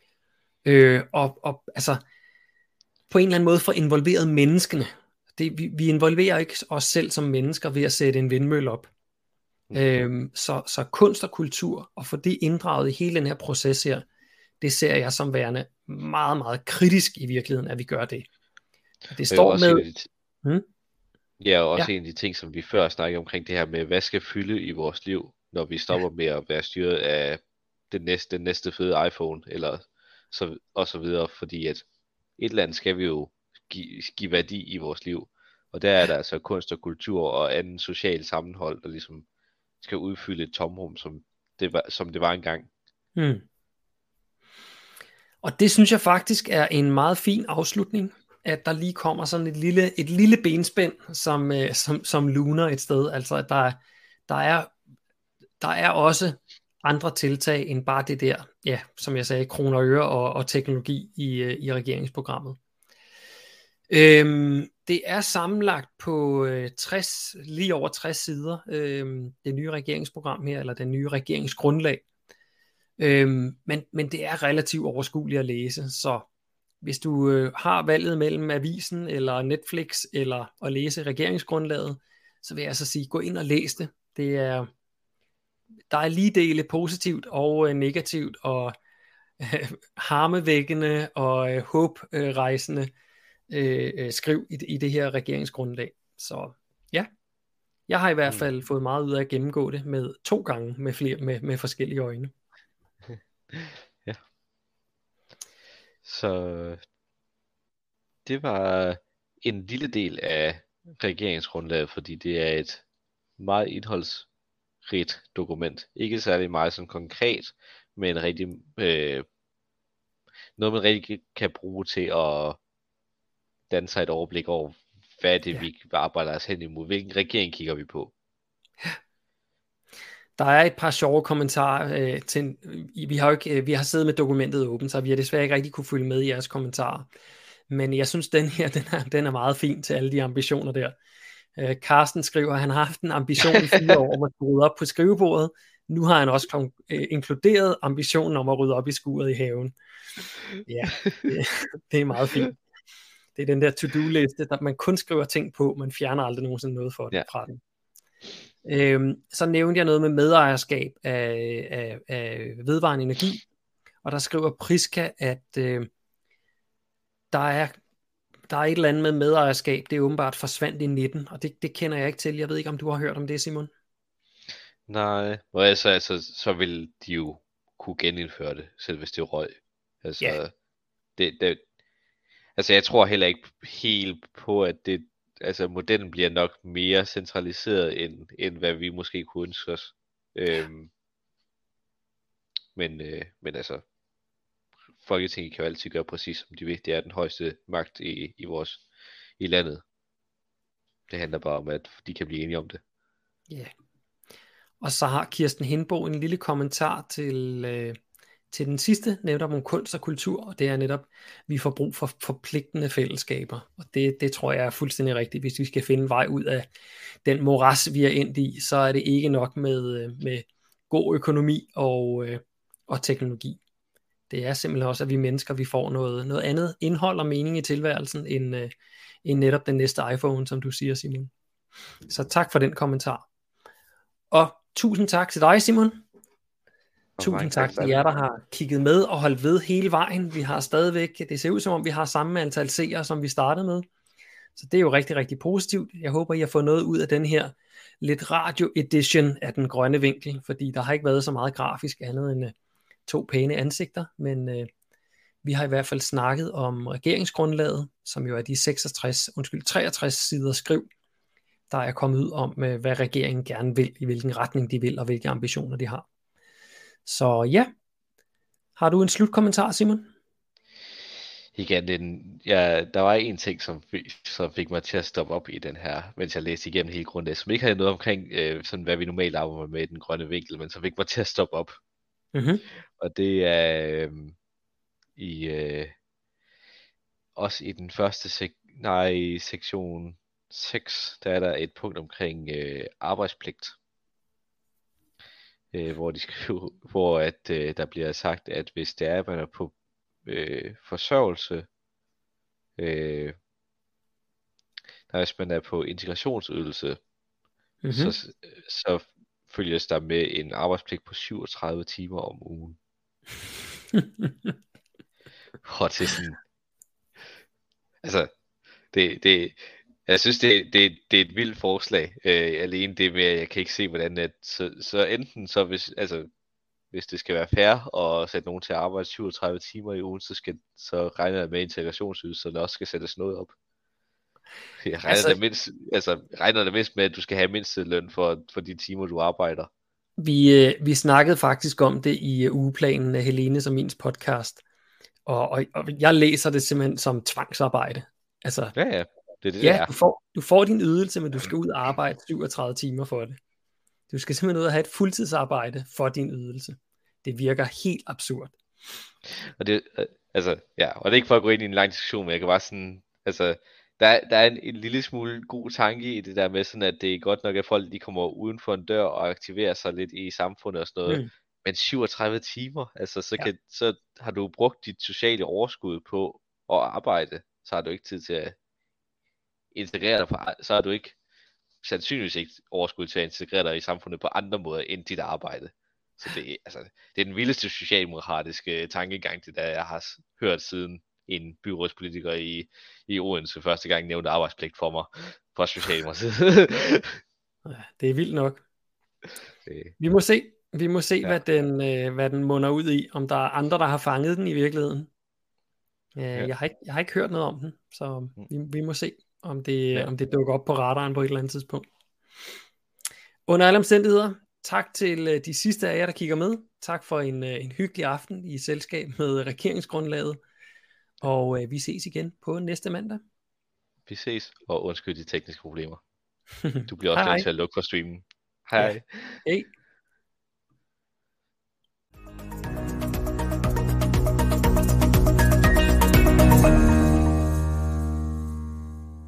A: Og altså på en eller anden måde få involveret menneskene. Vi involverer ikke os selv som mennesker ved at sætte en vindmølle op. Så kunst og kultur, og få det inddraget i hele den her proces her, det ser jeg som værende meget, meget kritisk i virkeligheden, at vi gør det. Og det står med...
B: Ja, og også en af de ting, som vi før snakkede omkring, det her med, hvad skal fylde i vores liv, når vi stopper med at være styret af den næste fede iPhone, eller og så videre, fordi at et eller andet skal vi jo give værdi i vores liv, og der er der altså kunst og kultur og anden social sammenhold, der ligesom skal udfylde et tomrum, som det var engang.
A: Og det synes jeg faktisk er en meget fin afslutning, at der lige kommer sådan et lille benspænd, som luner et sted. Altså der er også andre tiltag end bare det der, ja, som jeg sagde, kroner og øre og teknologi i regeringsprogrammet. Det er sammenlagt på 60, lige over 60 sider, det nye regeringsprogram her, eller det nye regeringsgrundlag. Men det er relativt overskueligt at læse, så hvis du har valget mellem avisen eller Netflix eller at læse regeringsgrundlaget, så vil jeg altså sige, gå ind og læs det. Der er lige dele positivt og negativt og harmevækkende og håbrejsende skriv i det her regeringsgrundlag. Så ja, jeg har i hvert fald fået meget ud af at gennemgå det med 2 gange med forskellige øjne.
B: Ja. Så det var en lille del af regeringsgrundlaget, fordi det er et meget indholdsrigt dokument. Ikke særlig meget sådan konkret, men rigtig, noget man rigtig kan bruge til at danne sig et overblik over, hvad er det, vi arbejder os hen imod. Hvilken regering kigger vi på?
A: Der er et par sjove kommentarer til. Vi har siddet med dokumentet åbent, så vi har desværre ikke rigtig kunne følge med i jeres kommentarer. Men jeg synes, den her, den er meget fin til alle de ambitioner der. Carsten skriver, at han har haft en ambition i 4 år om at rydde op på skrivebordet. Nu har han også inkluderet ambitionen om at rydde op i skuret i haven. Ja, det er meget fint. Det er den der to-do-liste, der man kun skriver ting på, man fjerner aldrig nogensinde noget fra den. Så nævnte jeg noget med medejerskab af vedvarende energi, og der skriver Priska, at der er et eller andet med medejerskab, det er åbenbart forsvandt i 19, og det kender jeg ikke til. Jeg ved ikke, om du har hørt om det, Simon?
B: Nej, og altså, så vil de jo kunne genindføre det, selv hvis det røg. Altså, altså jeg tror heller ikke helt på, at modellen bliver nok mere centraliseret, end hvad vi måske kunne ønske os. Men altså, Folketinget kan jo altid gøre præcis som de vil. Det er den højeste magt i landet. Det handler bare om, at de kan blive enige om det.
A: Ja. Yeah. Og så har Kirsten Hindbo en lille kommentar til den sidste, netop om kunst og kultur, og det er netop, vi får brug for forpligtende fællesskaber, og det tror jeg er fuldstændig rigtigt. Hvis vi skal finde vej ud af den moras, vi er endt i, så er det ikke nok med god økonomi og teknologi. Det er simpelthen også, at vi mennesker, vi får noget andet indhold og mening i tilværelsen, end netop den næste iPhone, som du siger, Simon. Så tak for den kommentar. Og tusind tak til dig, Simon. Tusind tak til jer, der har kigget med og holdt ved hele vejen. Vi har stadigvæk, det ser ud som om, vi har samme antal seere, som vi startede med. Så det er jo rigtig, rigtig positivt. Jeg håber, I har fået noget ud af den her lidt radio-edition af den grønne vinkel, fordi der har ikke været så meget grafisk andet end 2 pæne ansigter, men vi har i hvert fald snakket om regeringsgrundlaget, som jo er de 63 sider skriv, der er kommet ud om, hvad regeringen gerne vil, i hvilken retning de vil, og hvilke ambitioner de har. Så ja, har du en slutkommentar, Simon?
B: Igen, der var en ting, som fik mig til at stoppe op i den her, mens jeg læste igennem hele grundlaget, som ikke havde noget omkring, sådan hvad vi normalt arbejder med i den grønne vinkel, men som fik mig til at stoppe op. Mm-hmm. Og det er også i den første sektion 6, der er der et punkt omkring arbejdspligt. hvor de skriver, hvor at der bliver sagt, at hvis det er, at man er på forsørgelse, øh, hvis man er på integrationsydelse,
A: Mm-hmm.
B: så følges der med en arbejdspligt på 37 timer om ugen. Og det er sådan, altså, det, jeg synes, det er et vildt forslag. Alene det med, at jeg kan ikke se, hvordan at, så enten så, hvis det skal være fair at sætte nogen til at arbejde 37 timer i ugen, så regner jeg med integrationsydelserne også skal sættes noget op. Jeg
A: Altså,
B: regner da mindst med, at du skal have mindsteløn for de timer, du arbejder.
A: vi snakkede faktisk om det i ugeplanen af Helene som ens podcast, og jeg læser det simpelthen som tvangsarbejde. Altså,
B: Ja, det er det,
A: ja,
B: er.
A: du får din ydelse, men du skal ud og arbejde 37 timer for det. Du skal simpelthen ud og have et fuldtidsarbejde for din ydelse. Det virker helt absurd.
B: Og det, og det er ikke for at gå ind i en lang diskussion, men jeg kan bare sådan, der er en lille smule god tanke i det der med sådan, at det er godt nok, at folk de kommer uden for en dør og aktiverer sig lidt i samfundet og sådan noget.
A: Mm.
B: Men 37 timer,
A: Ja.
B: så har du brugt dit sociale overskud på at arbejde, så har du ikke tid til at integrere dig så har du ikke sandsynligvis ikke overskud til at integrere dig i samfundet på andre måder end dit arbejde. Så det er den vildeste socialdemokratiske tankegang, det der jeg har hørt siden en byrådspolitiker i Odense første gang nævnte arbejdspligt for mig fra Socialdemokratiet.
A: Ja, det er vildt nok.
B: Det,
A: Vi må se
B: ja.
A: hvad den munder ud i, om der er andre, der har fanget den i virkeligheden.
B: Ja.
A: Jeg har ikke hørt noget om den, så vi må se, om det dukker op på radaren på et eller andet tidspunkt. Under alle omstændigheder, tak til de sidste af jer, der kigger med. Tak for en hyggelig aften i selskab med regeringsgrundlaget. Og vi ses igen på næste mandag.
B: Vi ses, og undskyld de tekniske problemer. Du bliver også
A: Hej.
B: nødt til at lukke for streamen. Hej.
A: Ja. Hej.